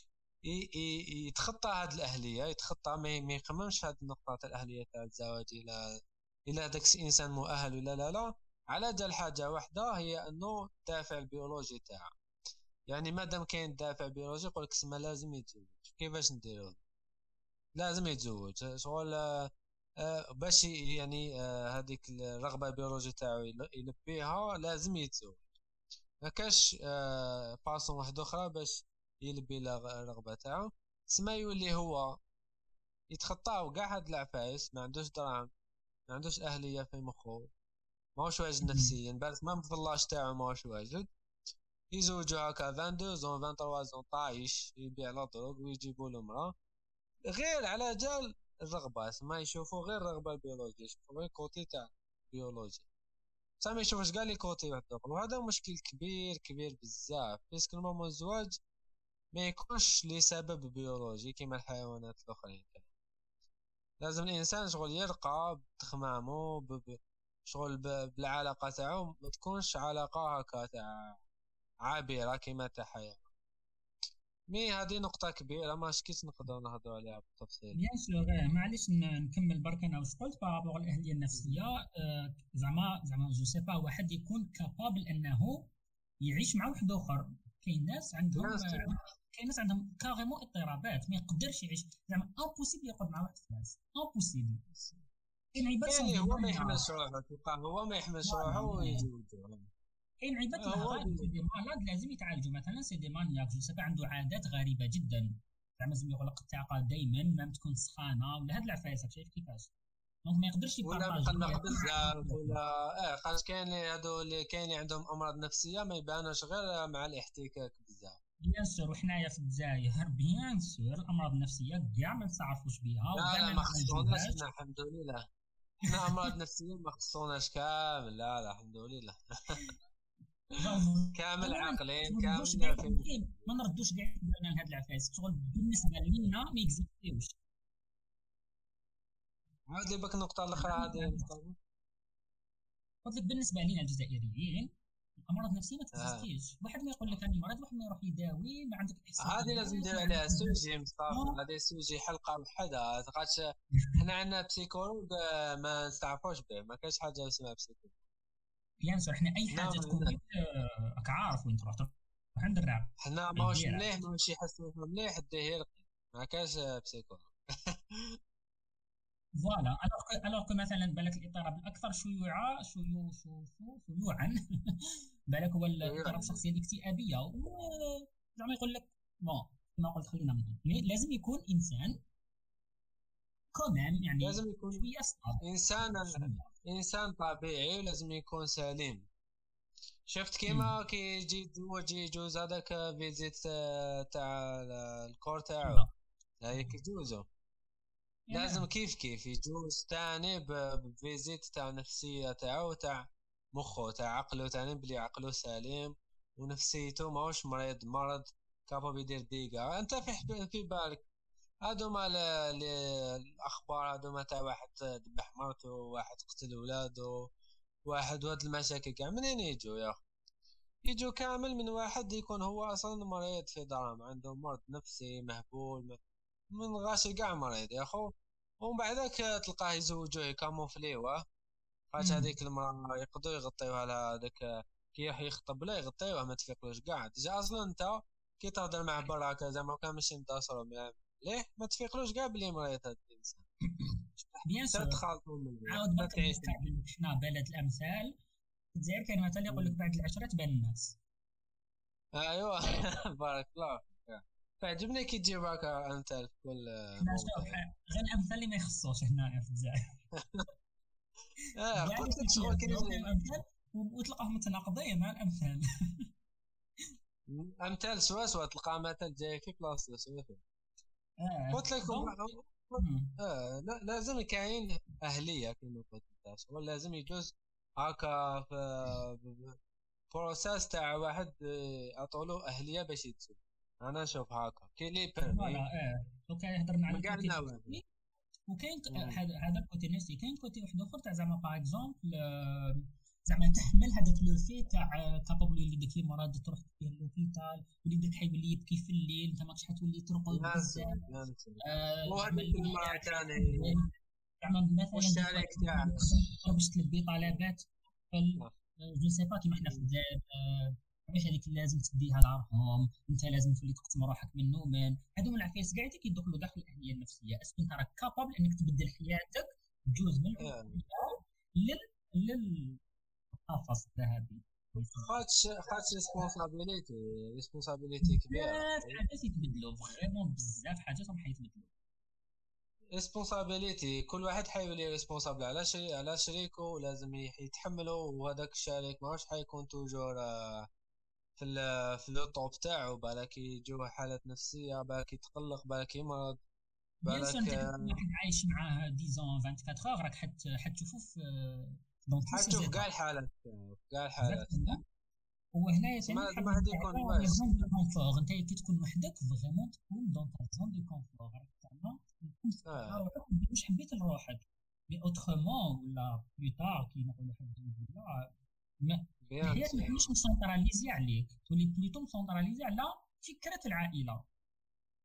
يتخطى هذه الأهلية، يتخطى ما يخممش في هذه النقطة تاع الأهلية تاع الزواج، إلى هذاك الإنسان مؤهل ولا لا لا. على جال حاجة واحدة هي أنه الدافع البيولوجي تاعه، يعني مادام كاين دافع بيولوجي يقول لك سما لازم يتزوج. كيفاش نديرو؟ لازم يتزوج شغل باش يعني هذيك الرغبة البيولوجية تاعو يلبيها، لازم يتزوج. ما كاش فاصون واحدة أخرى باش يلبي الرغبة تاعو. سما يولي هو يتخطاو كاع هاد العفايس، ما عندوش دراهم، ما عندوش أهلية في مخه، ماهوش واجد نفسيا، بالك ما في اللاش تاعو ماهوش واجد، يزوجو هكا 22 زون 23 زون طايش يبيع لا دروغ، ويجيبوا له مرا غير على جال الرغبة، ما يشوفوا غير الرغبة البيولوجية، يشوفوا غير كوتي تاع بيولوجي، ما يشوفش كاع لي كوتي واحد اخر. وهذا مشكل كبير كبير بزاف، باسكو نورمالمون الزواج ما يكونش لسبب بيولوجي كيما الحيوانات الاخرين. لازم الانسان شغل يرقى بتخمامه شغل بالعلاقه تاعو، ما تكونش علاقه هكا تاع عابره كيما تاع حياه. مي هذه نقطة كبيرة ما كيش نقدروا نهضروا عليها بالتفصيل. بيان سور. معليش نكمل برك انا واش قلت بارابور الاهليه النفسيه. زعما جو سي با واحد يكون كابابل انه يعيش مع واحد اخر. كاين ناس بيان عندهم سور. كاين ناس عندهم كاريمون اضطرابات ما يقدرش يعيش، زعما امبوسيبل يقعد مع واحد في الناس، امبوسيبل. كاين عباد سون يعني دي هو ما مانيا. يحملش روحه، تلقاه هو ما يحملش روحه فوالا. ويجي وجهه. كاين عباد هو غالب سي دي مالاد لازم يتعالجوا، مثلا سي دي مانياك جو سي با عنده عادات غريبه جدا، زعما لازم يغلق الطاقه دائما، ما تكون سخانه ولا هاد العفايس شايف كيفاش. دونك ما يقدرش ولا يبارطاجي مقلق يعطي بزاف مع. ولا. خاص كاين هادو اللي كاين عندهم امراض نفسيه ما يبانوش غير مع الاحتكاك بزاف. بيان سور، وحنايا في الجزائر بيان سور الامراض النفسيه كاع ما نتعرفوش بها لا وكاع لا ما ما خصوناش نعالجوهاش. حنا الحمد لله. حنا امراض نفسيه ما خصوناش كامل، لا لا الحمد لله. كامل فريمون عاقلين ما نردوش كامل كاع فين. ما نردوش كاع بالنا هاد العفايس شغل بالنسبه لينا ما يكزيستيوش. عاود لي بك النقطه الاخرى هذه نقطة. قلت لك بالنسبه لنا الجزائريين الامراض النفسيه ما آه. تكزيستيش. واحد ما يقول لك انا مريض، واحد ما يروح يداوي، ما عندك هذه لازم احصائيات، ندير ما عليها عندك سوجي مصطفى، آه. هذه سوجي حلقه وحده خاطش. حنا عندنا بسيكولوج ما نستعرفوش به، ما كاينش حاجه اسمها بسيكولوج. بيان سور احنا اي نعم حاجه تكون هنا. لك راك عارف وين تروح عند الراعي حنا ماهوش ديريكت. مليح ماهوش يحس روحو مليح ديه يرقي. ما كاينش بسيكولوج. فوالا. الوغ كو مثلا بالك الاضطراب الاكثر شيوعا شيوعا بالك هو الاضطراب الشخصيه الاكتئابيه زعما يقول لك بون كما قلت خلينا لازم يكون انسان كومام يعني لازم يكون شويه ستار انسان، شويه. انسان طبيعي ولازم يكون سليم. شفت امم. كيما كي يجي يجي يجوز هذاك فيزيت تاع الكور تاعو، لا هاي يجوزو. لازم يعني كيف يجوز تاني بفيزيت تاع نفسية تاعو تاع مخه تاع عقله تاني بلي عقله سليم ونفسيته ماهوش مرض كاباب يدير ديقة. انت في بالك هادو ما الاخبار هادو ما تاع واحد ذبح مرته، واحد قتل ولاده، واحد واد المشاكل كاع منين يجوا يا اخي؟ يجوا كامل من واحد يكون هو اصلا مريض في ضرام، عنده مرض نفسي مهبول من غاشي كاع مريض يا خو. ومن بعدك تلقاه يزوجوه يكاموفليوه، خاطش امم. هذيك المرأة يقدروا يغطيوها لها هذاك. كي راح يخطب لا يغطيوه ما تفيقلوش كاع ديجا اصلا انت كي تهضر مع برا كذا ما كان ماشي متصروا ليه ما تفيقلوش كاع بلي مريض هذا الانسان. بيان حتى سور. تخالطوا منه عاود حتى برك تعيش نذكر معه. حنا بلد الامثال في الجزائر. كان مثلا يقول لك مم. بعد العشره تبان الناس. ايوه. بارك الله فيك. تعجبني كي تجيب هكا امثال في كل حنا شوف موضوع. غير الامثال اللي ما يخصوش هنا في الجزائر. كاع اللي قلت لك شغل تيهزوا كاين فيهم امثال وتلقاهم متناقضين مع الامثال. امثال سوا تلقى مثل جاي في بلاصتو سوا. قلت لك دونك. لازم كاين اهليه كما قلت انت شغل لازم يجوز هكا في بروساس تاع واحد عطولو اهليه باش يتزوج. انا نشوف هكا كاين لي فوالا. بيرمي دونك يهضرنا على من كاع الكوتي النوافذ. النفسي. وكاين هذا الكوتي النفسي. كاين كوتي واحد اخر تاع زعما باغ اكزومبل زعما تحمل هذاك لو في تاع كابابل وليدك مرض تروح دير لوبيتال، وليدك حيولي يبكي في الليل، انت ماكش حتولي ترقد بزاف. زعما وهذيك اللي المرأة يعرف تاني زعما مثلا دي فوا والشريك تاعك. باش تلبي طلبات. جو سي با كيما حنا في الجزائر علاش هذيك لازم تديها لارهم، انت لازم تولي تقسم روحك من نومن. هادو من العفايس كاع اللي كيدخلوا داخل الاهليه النفسيه. اسكو انت راك كابابل انك تبدل حياتك، تجوز من العبوديه لل للقفص الذهبي. خاطش ريسبونسابيليتي كبيره. بزاف حاجات يتبدلوا فريمون، بزاف حاجات راح يتبدلوا. ريسبونسابيلتي كل واحد حيولي ريسبونسابل على شيء على شريكه ولازم يتحمله، وهذاك الشريك ماهوش حيكون توجور في لو توب تاعو. بالك يجوه حالات نفسيه، بالك يتقلق، بالك يمرض، بيان سور بالك انت كتكون واحد عايش معاه 10 24 اور راك حتشوفه في دون تو سي حتشوف كاع زيتاب. الحالات تاعو كاع الحالات. اكزاكتومون. وهنايا تسمى ثاني لازم الحاجه واحد يكون نتاعها لا واعي. زون دو كونفور. انت كي تكون وحدك فريمون تكون دون تا زون دو كونفور، راك زعما تكون على اه روحك واش حبيت لروحك. مي اوترومون ولا بلو تار كي نقولوا واحد ولا بيان الحياه ما سور. توليش مسونطراليزي عليك، تولي بليتو مسونطراليزي على فكره العائله.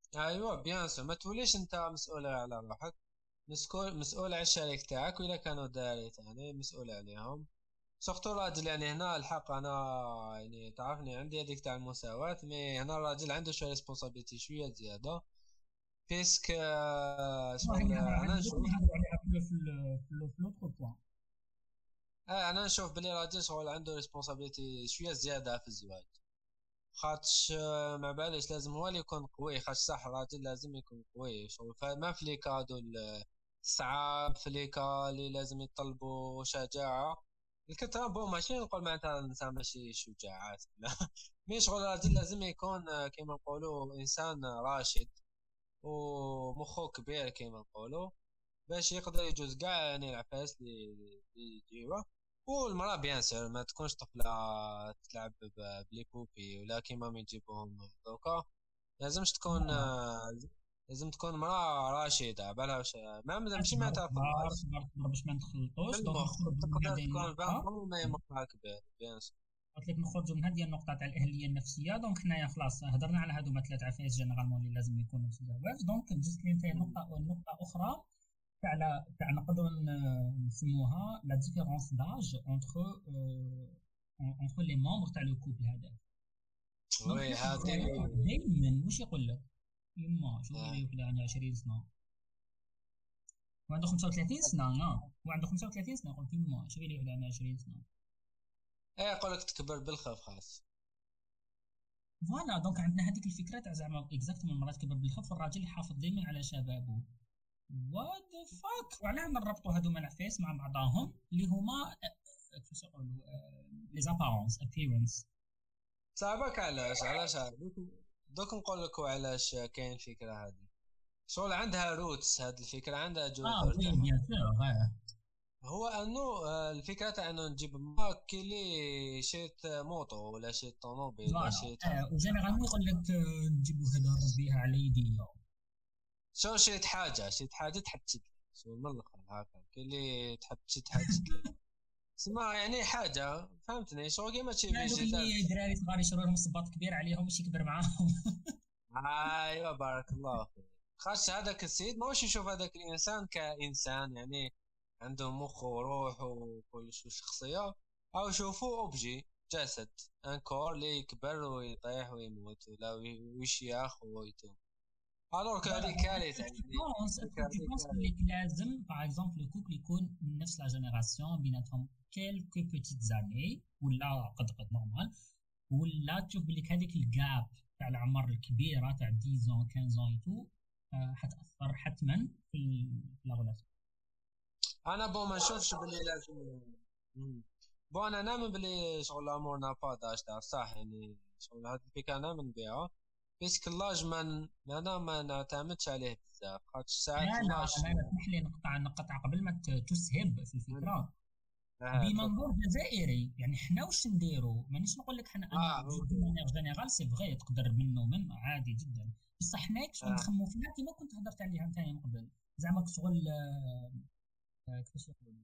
ايوه بيان سور، ما توليش انت مسؤول على روحك، مسؤول على الشريك تاعك، واذا كانوا داري يعني مسؤول عليهم. سورتو راجل، يعني هنا الحق انا يعني تعرفني عندي هذيك تاع المساواة، مي هنا الراجل عنده شويه ريسبونسابيلتي شويه زياده. بيسك شغل هذه انا دوك اللي نشوف. نهضروا عليها في لوتر بوان. انا نشوف بلي راجل شغل عنده ريسبونسابيلتي شويه زياده في الزواج. خاطش ما باليش لازم هو اللي يكون قوي، خاطش صح الراجل لازم يكون قوي شغل، فما في لي كادو الصعاب، في لي كا اللي لازم يطلبوا شجاعة الكثرة. بو ماشي نقول معناتها الانسان ماشي شجاعات لا مي شغل الراجل لازم يكون كيما نقولوا انسان راشد ومخه كبير كيما نقولوا، باش يقدر يجوز كاع يعني العفايس اللي يجيوه. والمرأة بيان سور ما تكونش طفلة تلعب بلي بوبي ولا كيما ما يجيبوهم دوكا. لازمش تكون فوالا. لازم تكون مرأة راشدة بالها ما ماشي اصبر معناتها صبر فراش. صبر صبر باش ما نتخلطوش. دونك بالمخ نخرجوا من تقدر هذه تكون النقطة. فاهم ما مخها كبير بيان سور. قلت لك نخرجوا من هذه النقطة تاع الأهلية النفسية. دونك حنايا خلاص هضرنا على هذوما ثلاث عفايس جينيرالمون اللي لازم يكونوا في الزواج. دونك جزت لي نتايا نقطة أخرى تاع نقدروا نسموها لا ديفيرونس داج اونتر لي مونبر تاع لو كوبل هذا. دونك وي حنا في هذه الجزائر دائما واش يقول لك؟ يما شوفي آه. لي وحده عندها 20 سنة وعنده 35 سنة. وعنده 35 سنة يقول يما شوفي لي وحده عندها 20 سنة. ايه يقول لك تكبر بالخف خاص. فوالا. دونك عندنا هذيك الفكره تاع زعما اكزاكتومون المراه تكبر بالخف والراجل يحافظ دائما على شبابه. وات ذا فاك. وعلاه نربطوا هذوما العفايس مع بعضاهم اللي هما كيفاش يقولوا لي زابارونس ابييرنس. صعبك علاش دوك نقول لكم علاش كاين الفكرة هذه. شغل عندها روتس، هذه الفكرة عندها اه جذور وي تاعها. بيان سور. هو انه الفكرة تاع انه نجيب ماك كيلي شيت موطو ولا شيت طوموبيل ولا فوالا. شيت هكا. وجينيرالمون يقول لك نجيبوا هذا نربيها على يدي. شو شيت حاجة تحب تشد شو من الاخر هكا كيلي تحب تشد اسمع يعني حاجة فهمتني شو كيما تشي يعني دوك فيجيتال. اللي دراري صغار يشروا لهم صباط كبير عليهم باش يكبر معاهم. ايوه بارك الله فيك. خاص هذاك السيد ما هوش يشوف هذاك الانسان كانسان يعني عنده مخ وروح وكل شو شخصيه، او يشوفوه اوبجي جسد انكور اللي يكبر ويطيح ويموت ولا ويشيخ ويتوب. الوغ فوالا. هذه كارثه يعني. الفكره جو هذه بونس كارثه. لك لازم باغ اكزومبل الكوبل يكون من نفس لا جينيراسيون بيناتهم كيلكو بوتيت زاني ولا قد نورمال. ولا تشوف بليك هذيك الجاب تاع العمر الكبيره تاع 10 15 اي تو حتاثر حتما في لا غولاسيون. انا بون ما نشوفش باللي لازم. مم. بون انا نامن باللي شغل الامور نا با داج تاع صح يعني شغل هاد الفكره نامن بها. بيسك اللاج انا ما نعتمدش عليه بزاف، خاطر ساعات اللاج. انا اسمح لي نقطع قبل ما تسهب في الفكره. تفضل. بمنظور جزائري يعني حنا واش نديروا. مانيش نقول لك حنا انا اوكي. دو مانيير جينيرال سي فغي تقدر من عادي جدا. بصح حنا شغل اه نخمو فيها كيما كنت هضرت عليها انت من قبل. زعما شغل كيفاش يقولوا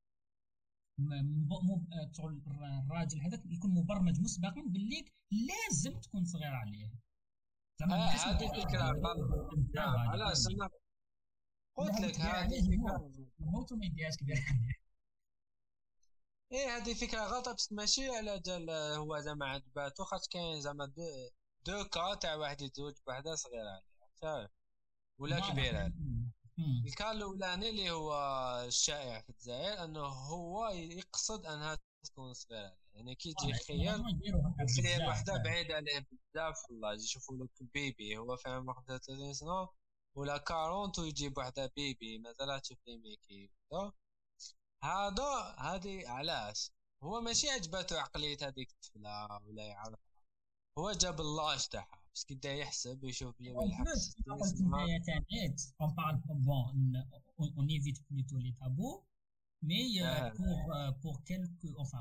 شغل الراجل هذاك يكون مبرمج مسبقا باللي لازم تكون صغيره عليه. زعما ما نحسش هذه فكره غلط. لا علاش انا قلت لك كبير هذه عليه يموت. فكره. يموت وما يديهاش كبير عليه. ايه هذه فكره غلط، بس ماشي على جال هو زعما عجباتو، خاطر كاين زعما دو كا تاع واحد يتزوج بوحده صغيره عليه تعرف ولا فوالا. كبيره عليه. الكار الأولاني اللي هو الشائع في الجزائر أنه هو يقصد أنها تكون صغيرة، يعني كي يجي فوالا يخيل يديروا هكا يخيل بزاف. وحدة بعيدة عليه بزاف والله يشوفوا لك بيبي هو في عمره 35 سنة ولا 40 ويجيب وحدة بيبي مازالها تشوف لي ميكي هذه علاش هو ماشي عجبته عقلية هذيك الطفلة ولا يعرف. هو جاب اللاج تاعها بس كدا يحسب يشوف بلي En بالحق plus, 60 quand سنة. Internet, on parle, bon, on évite plutôt les tabous, mais pour quelques, enfin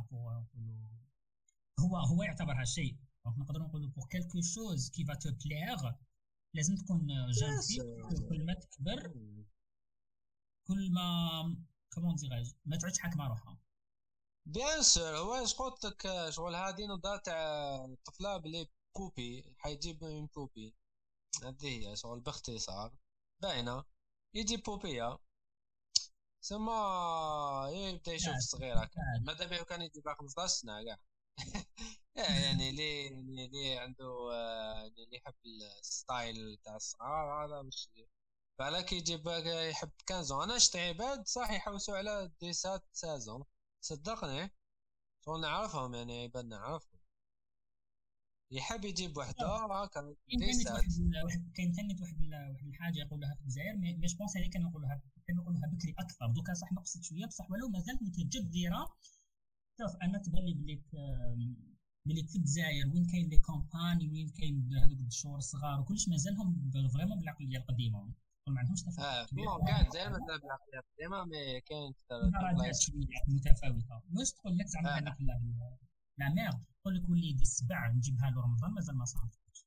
هو يعتبرها شيء. donc نقدر نقولوا pour quelque chose qui va te plaire لازم تكون jeune يس. fille. كل ما تكبر كل ما كومون ديغاج ما تعودش حاكمه روحها. بيان سور هو اش قلت لك شغل هذه نضال تاع الطفله بلي بوبي حيجيب من بوبي. هذه هي شغل باختصار باينه. يجي بوبيا ثم يبدا يشوف الصغيره كان ماذا بيه كان يجي بها 15 سنه كاع. يعني لي عنده يعني اللي يحب الستايل تاع الصغار هذا مش بالك يجيب يحب 15. انا شفت عباد صح يحوسوا على ديسات سازون صدقني، شغل نعرفهم يعني عباد نعرفهم يحب يجيب وحده هكا كاين ثاني ديسات. كاين ثاني واحد الحاجه يقولها في الجزائر، مي جو بونس هذيك كانوا يقولوها بكري اكثر، دوكا صح نقصت شويه بصح ولو مازالت متجذره. شوف انا تبان لي بلي في الجزائر وين كاين لي كومباني، وين كاين هذوك الشهور الصغار وكلش مازالهم فريمون بالعقليه القديمه، ما عندهمش تفكير كبير. بون كاع زي مثلا بالعقليه القديمه مي كاين في درجات بلايص. شويه متفاوته. واش تقول لك زعما اه هذيك لا مير تقول لك وليدي السبع نجيبها له رمضان مازال ما صامتش،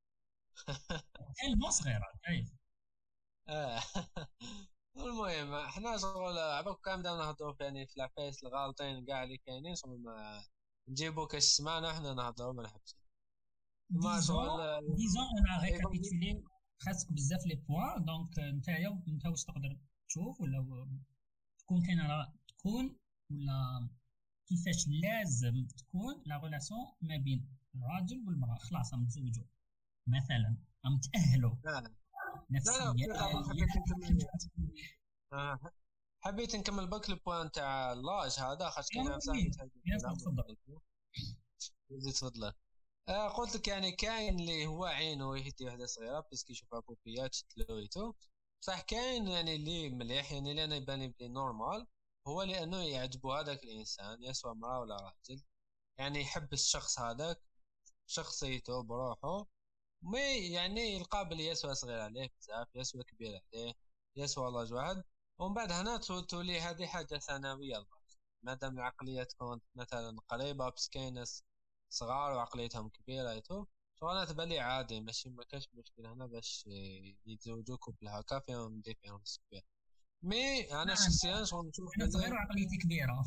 كاين صغيره كيف. اه. المهم احنا شغل عباك كان بدنا نهضروا يعني في العفايس الغالطين كاع اللي كاينين شغل ما نجيبو كاش سمعنا احنا نهضروا ما نحبش ما ديزون شغل ديزون انا ايفوني. ريكابيتولي خاصك بزاف لي بوان. دونك انت واش تقدر تشوف ولا تكون كاينه تكون ولا كيفاش لازم تكون لا ريلاسيون ما بين الراجل والمراه؟ خلاص هم تزوجوا مثلا، هم تاهلوا لا لا نفسيا. دابا حبيت نكمل. آه. حبيت نكمل بك البوان تاع لاج هذا خاطر كاين صاحبي تهدي تفضل. تفضل. قلت لك يعني كاين اللي هو عينه يهدي وحده صغيره بس كيشوفها بوبيات تلويتو صح. كاين يعني اللي مليح يعني اللي انا يبان لي نورمال هو لانه يعجبه هذاك الانسان يسوى امراه ولا راجل، يعني يحب الشخص هذاك شخصيته بروحه، مي يعني يلقى بلي يسوى صغير عليه بزاف يسوى كبير عليه يسوى لاج واحد. ومن بعد هنا تولي هذه حاجه ثانويه البعض مادام العقليه تكون مثلا قريبه بس كاين ناس صغار وعقليتهم كبيره ايتو شغلات بالي عادي ماشي ما كاش مشكل هنا باش يتزوجوا كوبل هكا فيهم ديفيرونس كبير. مي انا شخصيا شغل نشوف انا صغير بلي وعقليتي كبيره.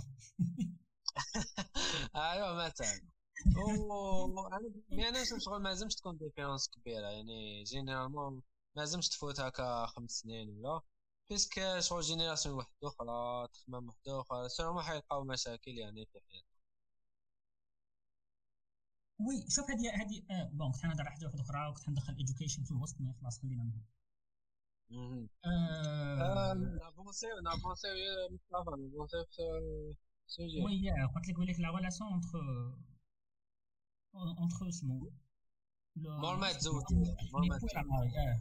ايوا مثلا انا مي انا نشوف شغل ما لازمش تكون ديفيرونس كبيره يعني جينيرالمون ما لازمش تفوت هكا 5 سنين ولا بيسك شغل جينيراسيون واحده اخرى تخمم واحده اخرى سيرمون حيلقاو مشاكل يعني في حياتهم. وي شوف هذه بون كنت نهضر على حاجه اخرى وكنت ندخل ايديوكيشن في الوسط، مي خلاص خلينا منها. نافونسيو يا مصطفى نافونسيو في سوجي. وي قلت لك بليك لا ريلاسيون اونتر اسمو مور ما اسمه تزوجوا مور ما ليبو لا تزوجوا ماري.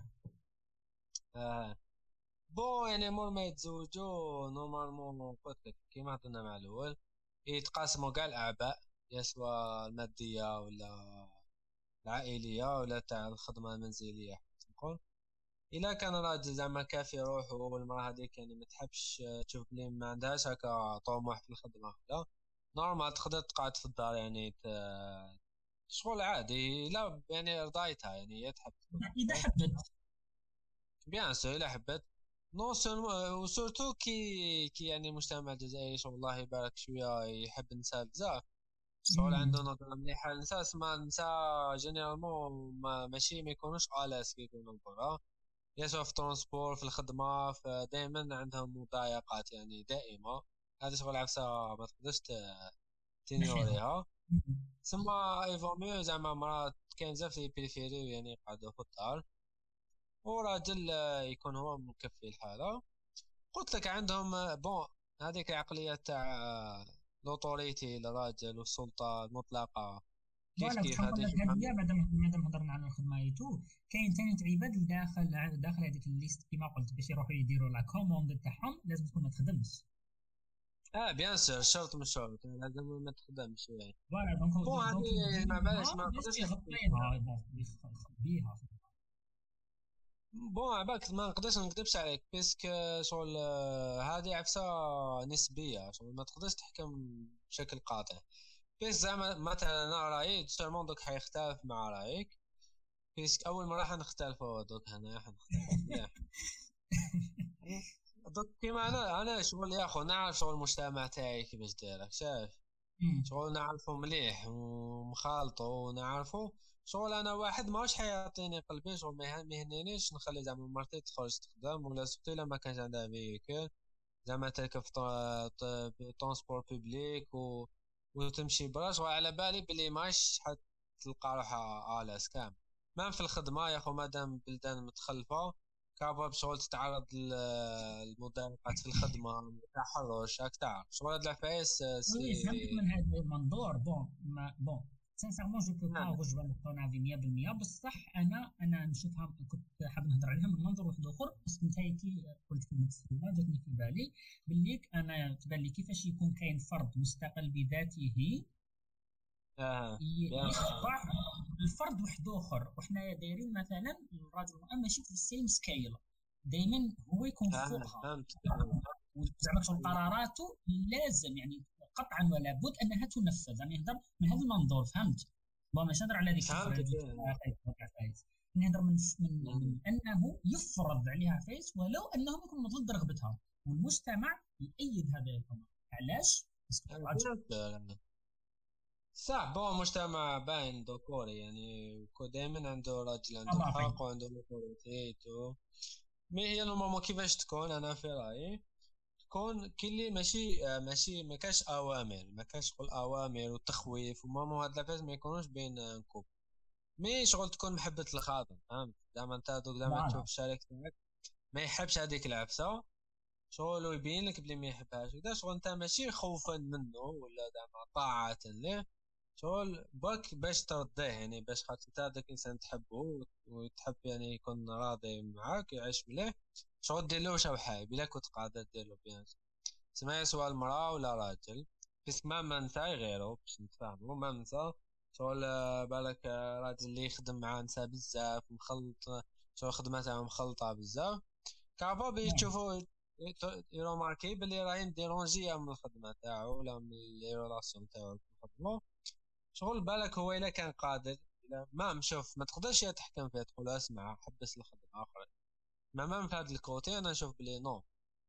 بون يعني مور ما يتزوجوا نورمالمون قلت لك كيما هضرنا مع الاول يتقاسموا كاع الاعباء يسوى الماديه ولا العائليه ولا تاع الخدمه المنزليه حتى نقول. الا كان راجل زعما كافي روحه والمراه هذيك يعني ما تحبش تشوف بلي ما عندهاش هكا طموح في الخدمه ولا نورمال تقدر تقعد في الدار يعني شغل عادي لا يعني رضايتها يعني هي تحب تكون اذا وحدها. حبت. بيان سور الا حبت نو وسورتو كي يعني المجتمع الجزائري شغل الله يبارك شويه يحب النساء بزاف شغل عنده نظرة مليحة النساء اسمها النساء جينيرالمون ماشي ما يكونوش آلاس كي يكونوا برا يسوا في ترونسبور في الخدمة فدائما عندهم مضايقات يعني دائمة. هذا شغل عفسة ما تقدرش نحيها. تينيوريها. ثم ايفو زعما مرات كاين بزاف اللي بريفيريو يعني يقعدوا في الدار وراجل يكون هو مكفي الحالة. قلت لك عندهم بون هذيك العقلية تاع لوتوريتي الراجل والسلطة المطلقة كيف فوالا كنت كيف نقول هذا لك يشوفها هذه مادام هضرنا على الخدمه ايتو، كاين ثاني عباد داخل هذيك الليست كما قلت باش يروحوا يديروا لا كوموند تاعهم لازم تكون ما تخدمش. اه بيان سور شرط من الشروط لازم ما تخدمش يعني. فوالا دونك بون هذه ما باليش يديرها ما باش نقدرش نحكي يغطيها يخبيها. بون عباك ما نقدرش نكذبش عليك بيسك شغل هذه عفسة نسبية شغل ما تقدرش تحكم بشكل قاطع. بيس زعما مثلا انا رايي سيرمون دوك حيختلف مع رايك بيسك اول مره حنختلفوا دوك هنا حنختلفوا مليح. دوك كيما انا شغل يا اخو نعرف شغل المجتمع تاعي كيفاش داير شايف شغل نعرفه مليح ومخالطه ونعرفه شغل انا واحد ماهوش حيعطيني قلبي، شغل ما يهنينيش نخلي زعما مرتي تخرج تخدم، ولا سورتو الا ما كانش عندها فيكول زعما تركب في طونسبور بوبليك وتمشي برا. شغل على بالي بلي ماش حتلقى روحها آلاس كامل. ما في الخدمة يا خو مادام بلدان متخلفة كابا بشغل تتعرض للمضايقات في الخدمة، تحرش هاك تعرف شغل هاد العفايس وي فهمتك سي. من هذا المنظور. بون ما بون سانسيرمون جو بو با نعم. رجوع طون افي 100%. بصح انا نشوفها، كنت حاب نهضر عليها من منظور واحد اخر. بس انت كي قلت كلمه السلوى جاتني في بالي باللي انا تبان لي كيفاش يكون كاين فرد مستقل بذاته بيان سور. يخضع الفرد واحد اخر. وحنا دايرين مثلا الراجل ماشي في السيم سكيل، دائما هو يكون فوقها. فهمت. زعما شغل قراراته لازم يعني قطعا ولا بد انها تنفذ. يعني نهضر من هذا المنظور، فهمت؟ بون ماشي نهضر على ذيك فهمت. تخرج عفايس، نهضر من انه يفرض عليها عفايس ولو انهم يكونوا ضد رغبتها، والمجتمع يأيد هذا الامر. علاش؟ صح. بون مجتمع باين ذكوري يعني دائما عنده راجل عنده طبقي. الحق وعنده الاثوريتي. مي هي نورمالمون كيفاش تكون انا في رايي تكون كلي ماشي ما كاش اوامر، ما كاش شغل اوامر وتخويف وماما هاد لاباس ما يكونوش بين كوب. مي شغل تكون محبة الخاطر، فهمت؟ زعما انت دوك زعما تشوف فوالا الشريك تاعك ما يحبش هذيك العفسه، شغل يبين لك بلي ما يحبهاش وكذا. شغل انت ماشي خوفا منه ولا زعما طاعة له، شغل باك باش ترضيه يعني، باش خاطر انت هذاك الانسان تحبه وتحب يعني يكون راضي معاك يعيش مليح. شغل دير له واش حايب الا كنت قادر دير له بيان. سما سواء المرأة ولا راجل، بس ما نسى غيره باش نتفاهموا ما نسى. شغل بالك راجل اللي يخدم مع نساء بزاف مخلط، شغل خدمة تاعو مخلطة بزاف كابا بيشوفوا يروماركي بلي راهي ديرونجيا من الخدمة تاعو ولا من لي ريلاسيون تاعو في الخدمة. شغل بالك هو الا كان قادر، الا ما مشوف ما تقدرش تحكم فيه تقول اسمع حبس الخدمة اخرى. ما في هذا الكوتي انا نشوف بلي نو.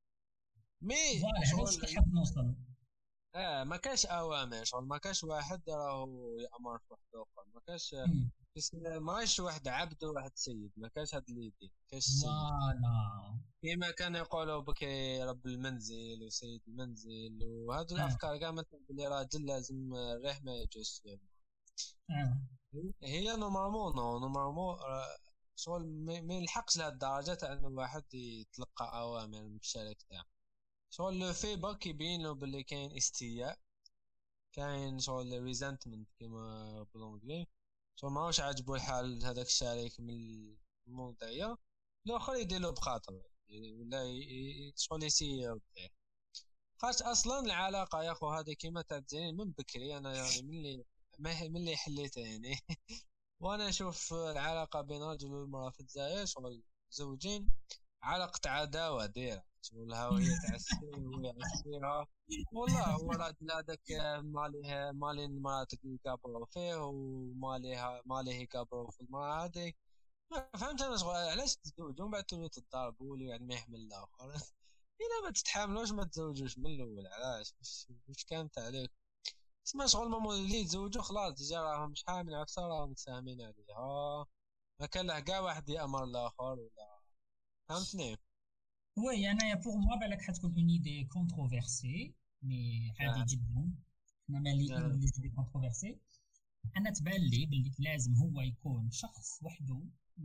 مي فوالا هذا واش شغل كنت حاب نوصل. ما كاش اوامر، شغل ما كاش واحد راهو يامر في واحد اخر، ما كاش. بس ماش واحد عبد وواحد سيد، ما كاش هاد اللي يدين كاش سيد. فوالا. كيما كان يقولوا بكي رب المنزل وسيد المنزل وهذو الافكار كاع مثلا بلي راجل لازم الريح ما يجوز فيه. اه هي نورمالمون نورمالمون شغل ما يلحقش لهاد الدرجه تاع انه الواحد يتلقى اوامر من الشريك تاعه. شغل لو في باك يبين له باللي كاين استياء، كاين شغل ريزنتمنت كيما بالونجلي. شغل ماهوش عاجبو الحال هذاك الشريك من الموضوعيه، الاخر يدير له بخاطر ولا شغل يسير فيه. خاص اصلا العلاقه يا اخو هذه كيما تاع من بكري انا يعني من اللي حليتها يعني وانا اشوف العلاقه بين رجل والمراه في الجزائر شغل زوجين علاقه عداوه دايره، شغل هي تعسفيه وهو يعسفيها. والله هو راجل هذاك مالي المراه يقابلوا فيه ماليه يقابلوا في المراه هذيك. ما فهمت انا شغل علاش تزوجوا من بعد تولوا تضاربوا يعني ما يحمل الاخر الا ما تتحاملوش ما تزوجوش من الاول. علاش مش كانت عليك اسمع شغل ما اللي يتزوجوا خلاص ديجا راهم مش حامل عفسه راهم متساهمين عليها، ما كان له كاع واحد يامر الاخر ولا. فهمتني؟ وي انايا بوغ موا بالك حتكون اون ايدي كونتروفيرسي، مي عادي آه. جدا. احنا مليئين آه. بلي زيدي كونتروفيرسي. انا تبان لي باللي لازم هو يكون شخص وحده،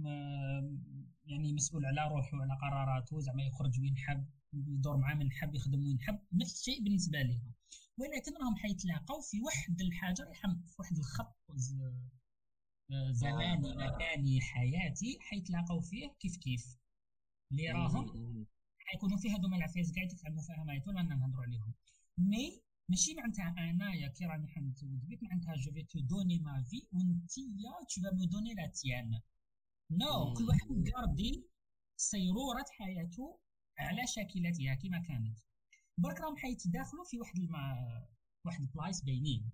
يعني مسؤول على روحه وعلى قراراته، زعما يخرج وين حب، يدور مع من حب، يخدم وين حب، نفس الشيء بالنسبه لها. ولكن راهم حيتلاقاو في واحد الحاجه، في واحد الخط آه. زماني مكاني حياتي، حيتلاقاو فيه كيف كيف اللي راهم حيكونوا في هذوما العفايس كاع ديك المفاهمات ولا نهضروا عليهم. مي ماشي معناتها انايا كي راني حنتزوج بك معناتها جو في تو دوني ما في وانت تو فا مو دوني لا تيان. نو، كل واحد يقاردي سيروره حياته على شاكلتها كما كانت. برك راهم حيتداخلوا في واحد البلايص باينين.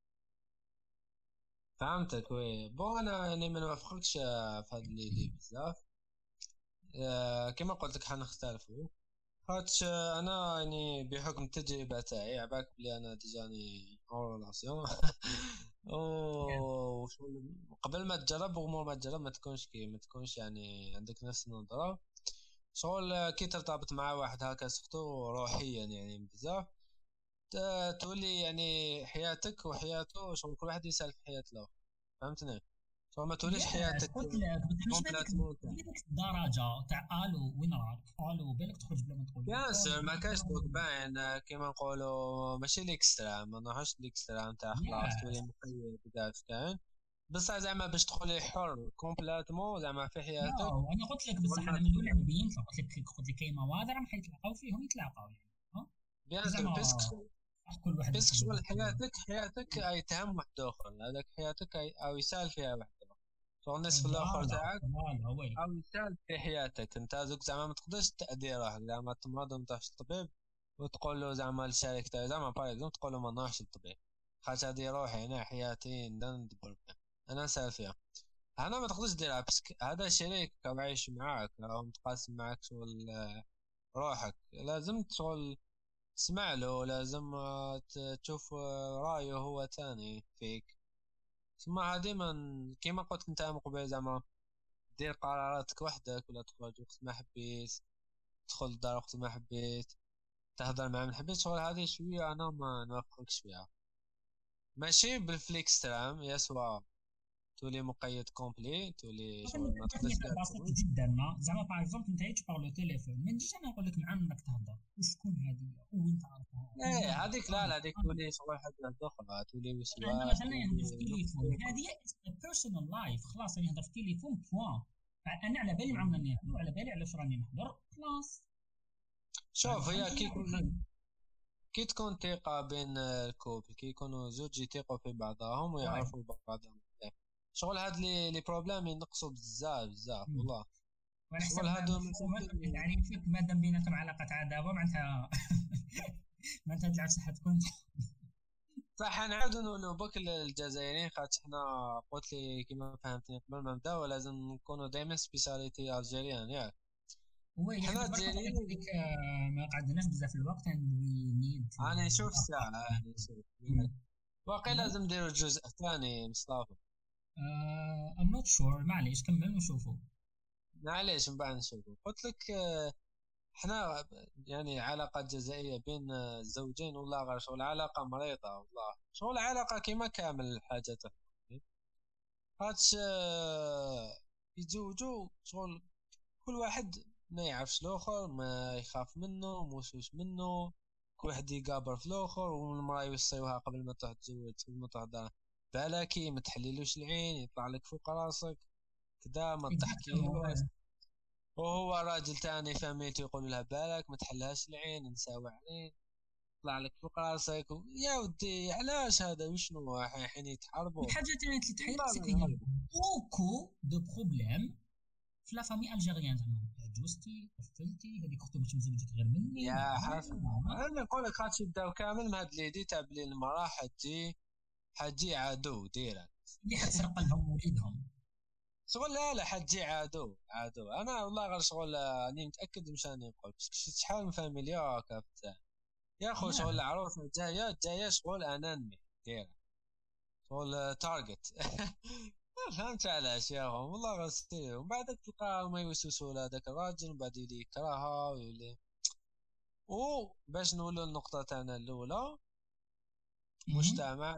فهمتك. وي بون انا يعني ما نوافقكش في هذا اللي بزاف. كما قلت لك حنختلفوا خاطش انا يعني بحكم التجربه تاعي عباك بلي انا ديجاني او ريلاسيون. قبل ما تجرب ومور ما تجرب ما تكونش يعني عندك نفس النظرة. شغل كي ترتبط مع واحد هكا سختو روحيا يعني بزاف، تولي يعني حياتك وحياته شغل كل واحد يسال في حياة الاخر، فهمتني؟ شغل ما توليش ياس حياتك قلت لك بس مش كومبليتمون تاع. بهذيك الدرجه تاع الو وين راك الو بالك تخرج بلا ما تقول لي بيان الو سور ما كاش دوك باين كيما نقولوا ماشي ليكستريم، ما نروحش ليكستريم تاع خلاص تولي ياس مقيد بداك كاين. بصح زعما باش تولي حر كومبليتمون زعما في حياتك. نو انا قلت لك شغل بصح ما انا من الاول بينت لك قلت لك كاين مواضيع راح يتلاقاو فيهم يتلاقاو يعني ها بيان سور زعما كل واحد بيسك وحده شغل بس حياتك اي تهم واحد اخر، هذاك حياتك اي او يسال فيها واحد اخر، شغل النصف الاخر فوالا تاعك فوالا وي او يسال في حياتك انت. زوج زعما ما تقدرش تأذي روحك، زعما تمرض وما تروحش للطبيب وتقول له زعما الشريك تاعي زعما باغ اكزومبل تقول له ما نروحش للطبيب خاطر هذه روحي انا حياتي ندبر فيها انا نسال فيها. انا ما تقدرش ديرها بس هذا شريك او عايش معاك او متقاسم معاك شغل روحك، لازم شغل تسمع له، لازم تشوف رايه هو تاني فيك. ثم هذه من كيما قلت انت من قبل زعما دير قراراتك وحدك ولا تخرج وقت ما حبيت، تدخل الدار وقت ما حبيت، تهضر مع من حبيت. شغل هذه شوية أنا ما نوافقكش فيها، ماشي بالفليكس ترام يسوى تولي مقيد كومبلي تولي شغل ما تقدرش مثال دير بسيط خروج. جدا ما زعما باغ اكزومبل انت تشبر لو تيليفون ما نجيش انا نقول لك مع انك تهضر وشكون هذه وين تعرفها ايه هذيك لا هذيك تولي شغل حاجة أخرى، تولي انا وسواس مثلا نهضر في تولي التليفون نقطة. هذه بيرسونال لايف خلاص انا نهضر في التليفون بوان انا على بالي مع من نهضر وعلى بالي علاش راني نهضر خلاص شوف هي كي يكون كي تكون ثقة بين الكوبل، كي يكونوا زوج يثقوا في بعضهم واي ويعرفوا بعضهم مليح. شغل هاد لي بروبليم ينقصوا بزاف بزاف والله. وعلى حسب شغل هادو مفهومك مشاكل. تعريفك ما دام بيناتهم علاقه عداوه معناتها معناتها تلعب صحه كنت صح نعاودو نقولوا بك الجزائريين خاطر حنا قلت لي كيما فهمتني قبل ما نبداو لازم نكونوا دايما سبيساليتي الجيريان ياك. هو اللي حنا حنا برك الجزائريين ما قعدناش بزاف الوقت and we need to انا نشوف wrap الساعة up. انا نشوف واقع No? لازم نديروا جزء ثاني مصطفى. I'm not sure معليش كمل ونشوفوا معليش من بعد نشوفوا. قلت لك احنا يعني علاقة جزائية بين الزوجين والله غير شغل علاقة مريضة والله، شغل علاقة كيما كامل الحاجات هاتش يتزوجوا شغل كل واحد ما يعرفش الاخر، ما يخاف منه موسوس منه، كل واحد يقابر في الاخر، والمراه يوصيوها قبل ما تروح تزوج قبل ما تروح دار بالك ما تحليلوش العين يطلع لك فوق راسك كدا ما exactement تضحكيلوش. ouais. وهو راجل تاني فهميتو يقول لها بالك ما تحلهاش العين نساوي عليك يطلع لك فوق راسك يا ودي علاش هذا وشنو حين يتحاربوا. الحاجه اللي تحير والله سي غير كاين هذا. بوكو دو بروبليم في لا فامي الجيريان زعما عجوزتي طفلتي هذيك اختي مش مزوجك غير مني يا حسن انا نقول لك خاطش يبداو كامل من هاد ليدي تاع بلي المراه حتجي عدو ديرها اللي حتسرق لهم وليدهم شغل. لا حتجي عدو انا والله غير شغل راني متاكد مش راني نقول بس شحال من فاميليا هكا يا خو شغل يا العروسه جايه شغل انا نمي ديرها شغل تارجت. فهمت علاش يا خو والله غير ستيري ومن بعد تلقى ما يوسوسوا لهذاك الراجل ومن بعد يولي يكرهها ويولي. وباش نقولوا النقطة تاعنا الأولى مجتمع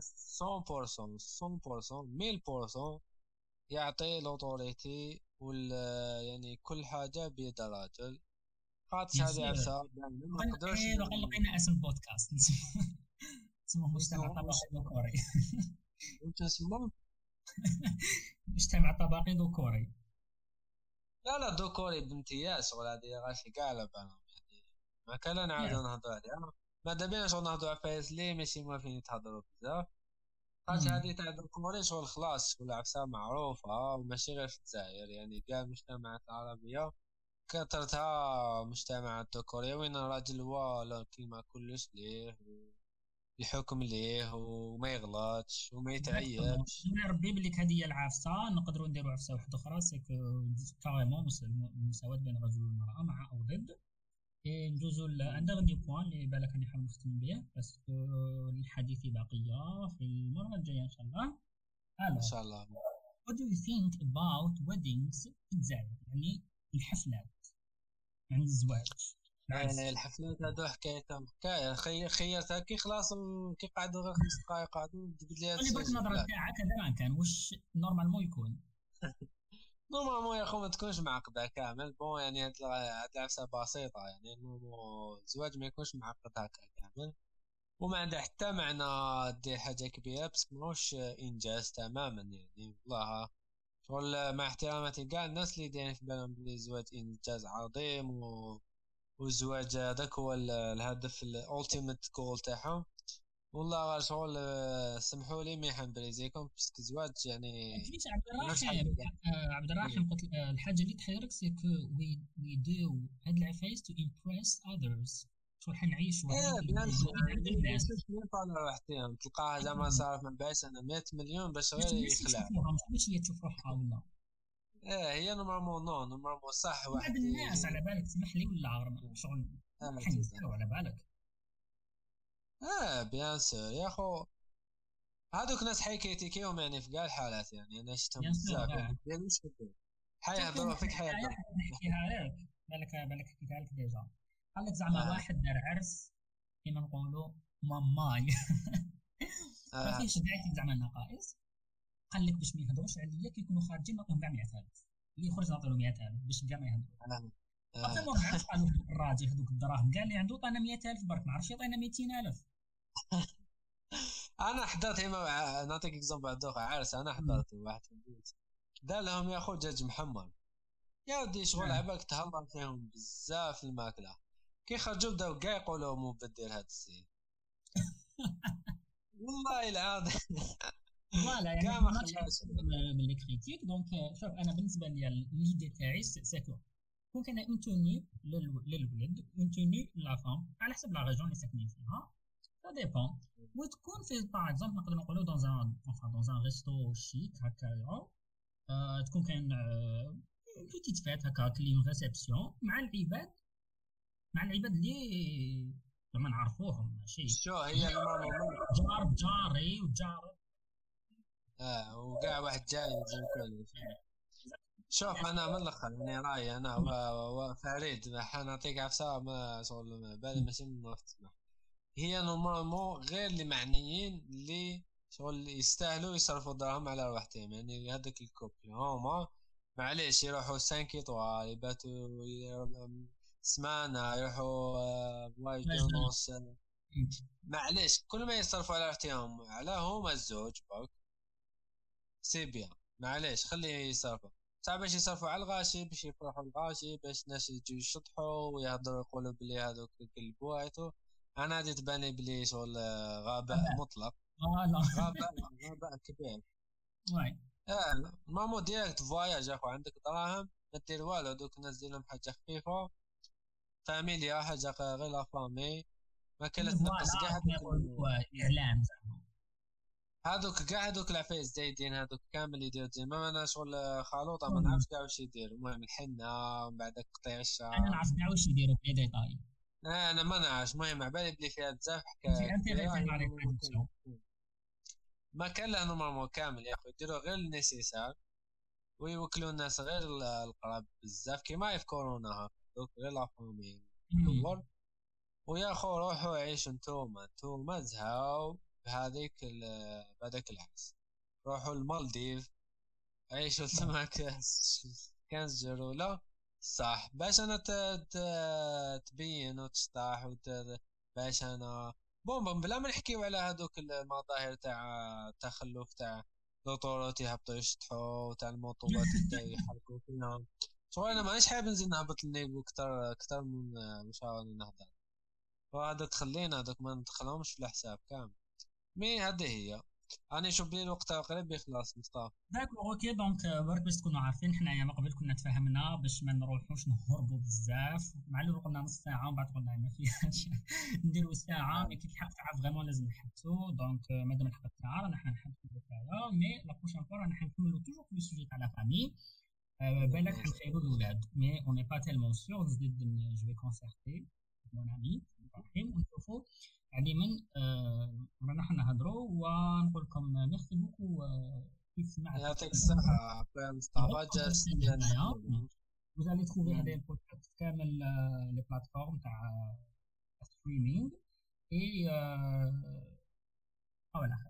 100% 1000% يعطي لوتوريتي يعني كل حاجة بيد الراجل خاطش بيان هذه سور عرسها ما نقدرش لقينا اسم بودكاست اسمه مجتمع مش طبقي ذكوري اسمه. مجتمع طبقي ذكوري لا دوكوري بامتياز شغل هذه غاشي كاع على بالهم يعني ما كان نعاود يس نهضر عليها. ماذا بينا شغل نهضروا على فايس لي ماشي ما فين يتهضروا بزاف خاطر هذه تاع دوكوري شغل خلاص شغل عفسه معروفة وماشي غير في الجزائر يعني كاع المجتمعات العربية كثرتها مجتمعات دوكورية وين الراجل هو كيما كلش ليه الحكم ليه وما يغلطش وما اكزاكتومون يتعيبش. نربي بليك هذه هي العفسه نقدروا نديروا عفسه واحده اخرى سي كاريمون المساواه بين الرجل والمراه مع او ضد ندوزو لان دغني بوان اللي بالك راني حاب نختم به باسكو الحديث بقيه في المره الجايه ان شاء الله. ان الو شاء الله. what do you think about weddings في الجزائر؟ يعني الحفلات، يعني الزواج، العرس. الحفلات هادو حكايتهم حكايه خيرتها كي خلاص كي قعدوا غير 5 دقائق قعدوا جبد لي هاد قولي برك السوجي النظره لا. تاعك هذا كان واش نورمالمون يكون؟ نورمالمون يا خو ما تكونش معقدة كامل بون يعني هاد العفسة بسيطة يعني الزواج ما يكونش معقد هكا كامل وما عنده حتى معنى دير حاجة كبيرة بس ماهوش إنجاز تماما يعني والله شغل مع احتراماتي كاع الناس اللي دايرين في بالهم بلي الزواج إنجاز عظيم والزواج هذاك هو الهدف الأولتيميت جول تاعهم والله غير شغل سمحوا لي مي حنبريزيكم باسكو الزواج يعني قلت عبد ملوش الرحيم، حل كاع. عبد الرحيم قلت الحاجه اللي تحيرك سيكو وي دو هاد العفايس تو امبريس اذرز، شو حنعيشوا ايه هذيك بيان سور عند اللي الناس. يشوف مين طالع واحد تلقاها زعما صارف من بعيد انا 100 مليون باش باش غير الناس يخلع. يشوفوها مش باش هي تشوف روحها ولا. ايه هي نورمالمون نو نورمالمون صح وبعد واحد الناس على بالك تسمح لي ولا عرما شغل تزعم. حينساو على بالك. اه بيان سور يا خو هادوك ناس حي كيتيكيهم يعني في كاع الحالات يعني انا شفتهم بيان سور بزاف يعني مش كدير حي شوف كاين يهضروا واحد فيك حي الحكايه يهضروا. حاب نحكيها لك، بالك حكيتها لك ديجا. قال لك زعما اه واحد دار عرس كيما نقولوا ماماي ما اه فيهش داعي زعما النقائص. قال لك باش ما يهضروش عليا كي يكونوا خارجين نعطيهم كاع 100000 اللي يخرج نعطيهم 100000 باش كاع ما يهضروا. اه صافي اه مور ما عرفتش قالوا الراجل هذوك الدراهم كاع اللي عنده عطانا 100000 برك ما عرفش يعطينا 200000. انا حضرت هما نعطيك اكزومبل دوك عارس انا حضرت واحد في البيت دار لهم يا خو دجاج محمر يا ودي شغل عبالك تهضر فيهم بزاف الماكلة كي خرجوا بداو كاع يقولوا مبدل هاد السيد والله العظيم فوالا يعني كاع احنا ما ماشي خلاش. من لي كريتيك دونك. شوف انا بالنسبه لي ليدي تاعي ساكو كون كان اون توني للولد اون توني لا فام على حسب لا ريجون اللي ساكنين فيها سا ديبون. وتكون في باغ اكزومبل نقدر نقولوا دون ان ريستو شيك هكايا. تكون كاين بيتيت فات هكا كلين ريسبسيون مع العباد اللي زعما نعرفوهم ماشي شو هي الماما جار جاري وجار. وكاع واحد جاي زي كل شوف انا من الاخر يعني رايي انا وفريد حنعطيك عفسه ما شغل بالي ماشي من وقت تسمح هي نورمالمون غير اللي معنيين اللي شغل يستاهلوا يصرفوا دراهم على روحتهم يعني هذاك الكوبل هما معليش يروحوا 5 ايطوال يباتوا سمانة يروحوا وايد ونص معليش كل ما يصرفوا على روحتهم على هما الزوج برك سي بيان معليش خليه يصرفوا صعب باش يصرفوا على الغاشي باش يفرحوا الغاشي باش الناس يجوا يشطحوا ويهضروا يقولوا بلي هذوك كلبواتو انا غادي تباني بلي شغل غباء مطلق فوالا غباء كبير. واي مامو ديريكت فواياج اخو عندك دراهم ما دير والو دوك الناس دير لهم حاجه خفيفه فاميليا حاجه غير لا فامي ما كانت تنقص كاع فوالا كما هذوك يقولوا اعلام زعما. هذوك كاع هذوك العفايس زايدين هذوك كامل يديروا ديما ما انا شغل خلوطه ما نعرفش كاع واش يدير المهم الحنه ومن بعد قطيع انا الشعر. نعرف كاع واش يديروا بلي ديتاي. انا ما نعرفش المهم على بالي بلي فيها بزاف جي حكايه كبيره انتيريسي هي مع لي برودكسيون. ما كان له نورمالمون كامل يا اخو يديروا غير النيسيسار ويوكلوا الناس غير القراب بزاف كيما في كورونا هاك دوك غير لا فامي دور ويا خو روحوا عيشوا نتوما زهاو بهذاك العكس روحوا المالديف عيشوا تما 15 جرولة صح باش انا تبين وتشطح باش انا بوم بلا ما نحكيو على هذوك المظاهر تاع التخلف تاع الأوطورات يهبطوا يشطحوا تاع الموطوات يبداو يحركوا فيهم شغل انا مانيش حابب نزيد نهبط النيفو كتر من واش راني نهضر وهذا تخلينا هذوك ما ندخلهمش في الحساب كامل مي هذه هي انا نشوف بلي الوقت قريب يخلص مصطفى. داكور اوكي دونك برك باش تكونوا عارفين حنايا ما قبل كنا تفاهمنا باش ما نروحوش نهربوا بزاف مع الاول قلنا نص ساعه ومن بعد قلنا ما فيهاش نديروا ساعه مي كي تلحق ساعه فريمون لازم نحبسوا دونك مادام لحقت ساعه رانا حنحبسوا الحكايه مي لا بروشين فوا رانا حنكملوا توجور في السوجي تاع لا فامي. بالك حنخيروا الاولاد مي اون ني با تيلمون سيغ نزيد جو في كونسيرتي مون امي ابراهيم ونشوفوا يعني من رانا حنهضروا ونقول لكم ميرسي بوكو كيف سمعت يعطيك الصحة أخويا مصطفى جالسين نسمعوا. Vous allez trouver هذا البودكاست كامل لي بلاتفورم تاع ستريمينغ et voilà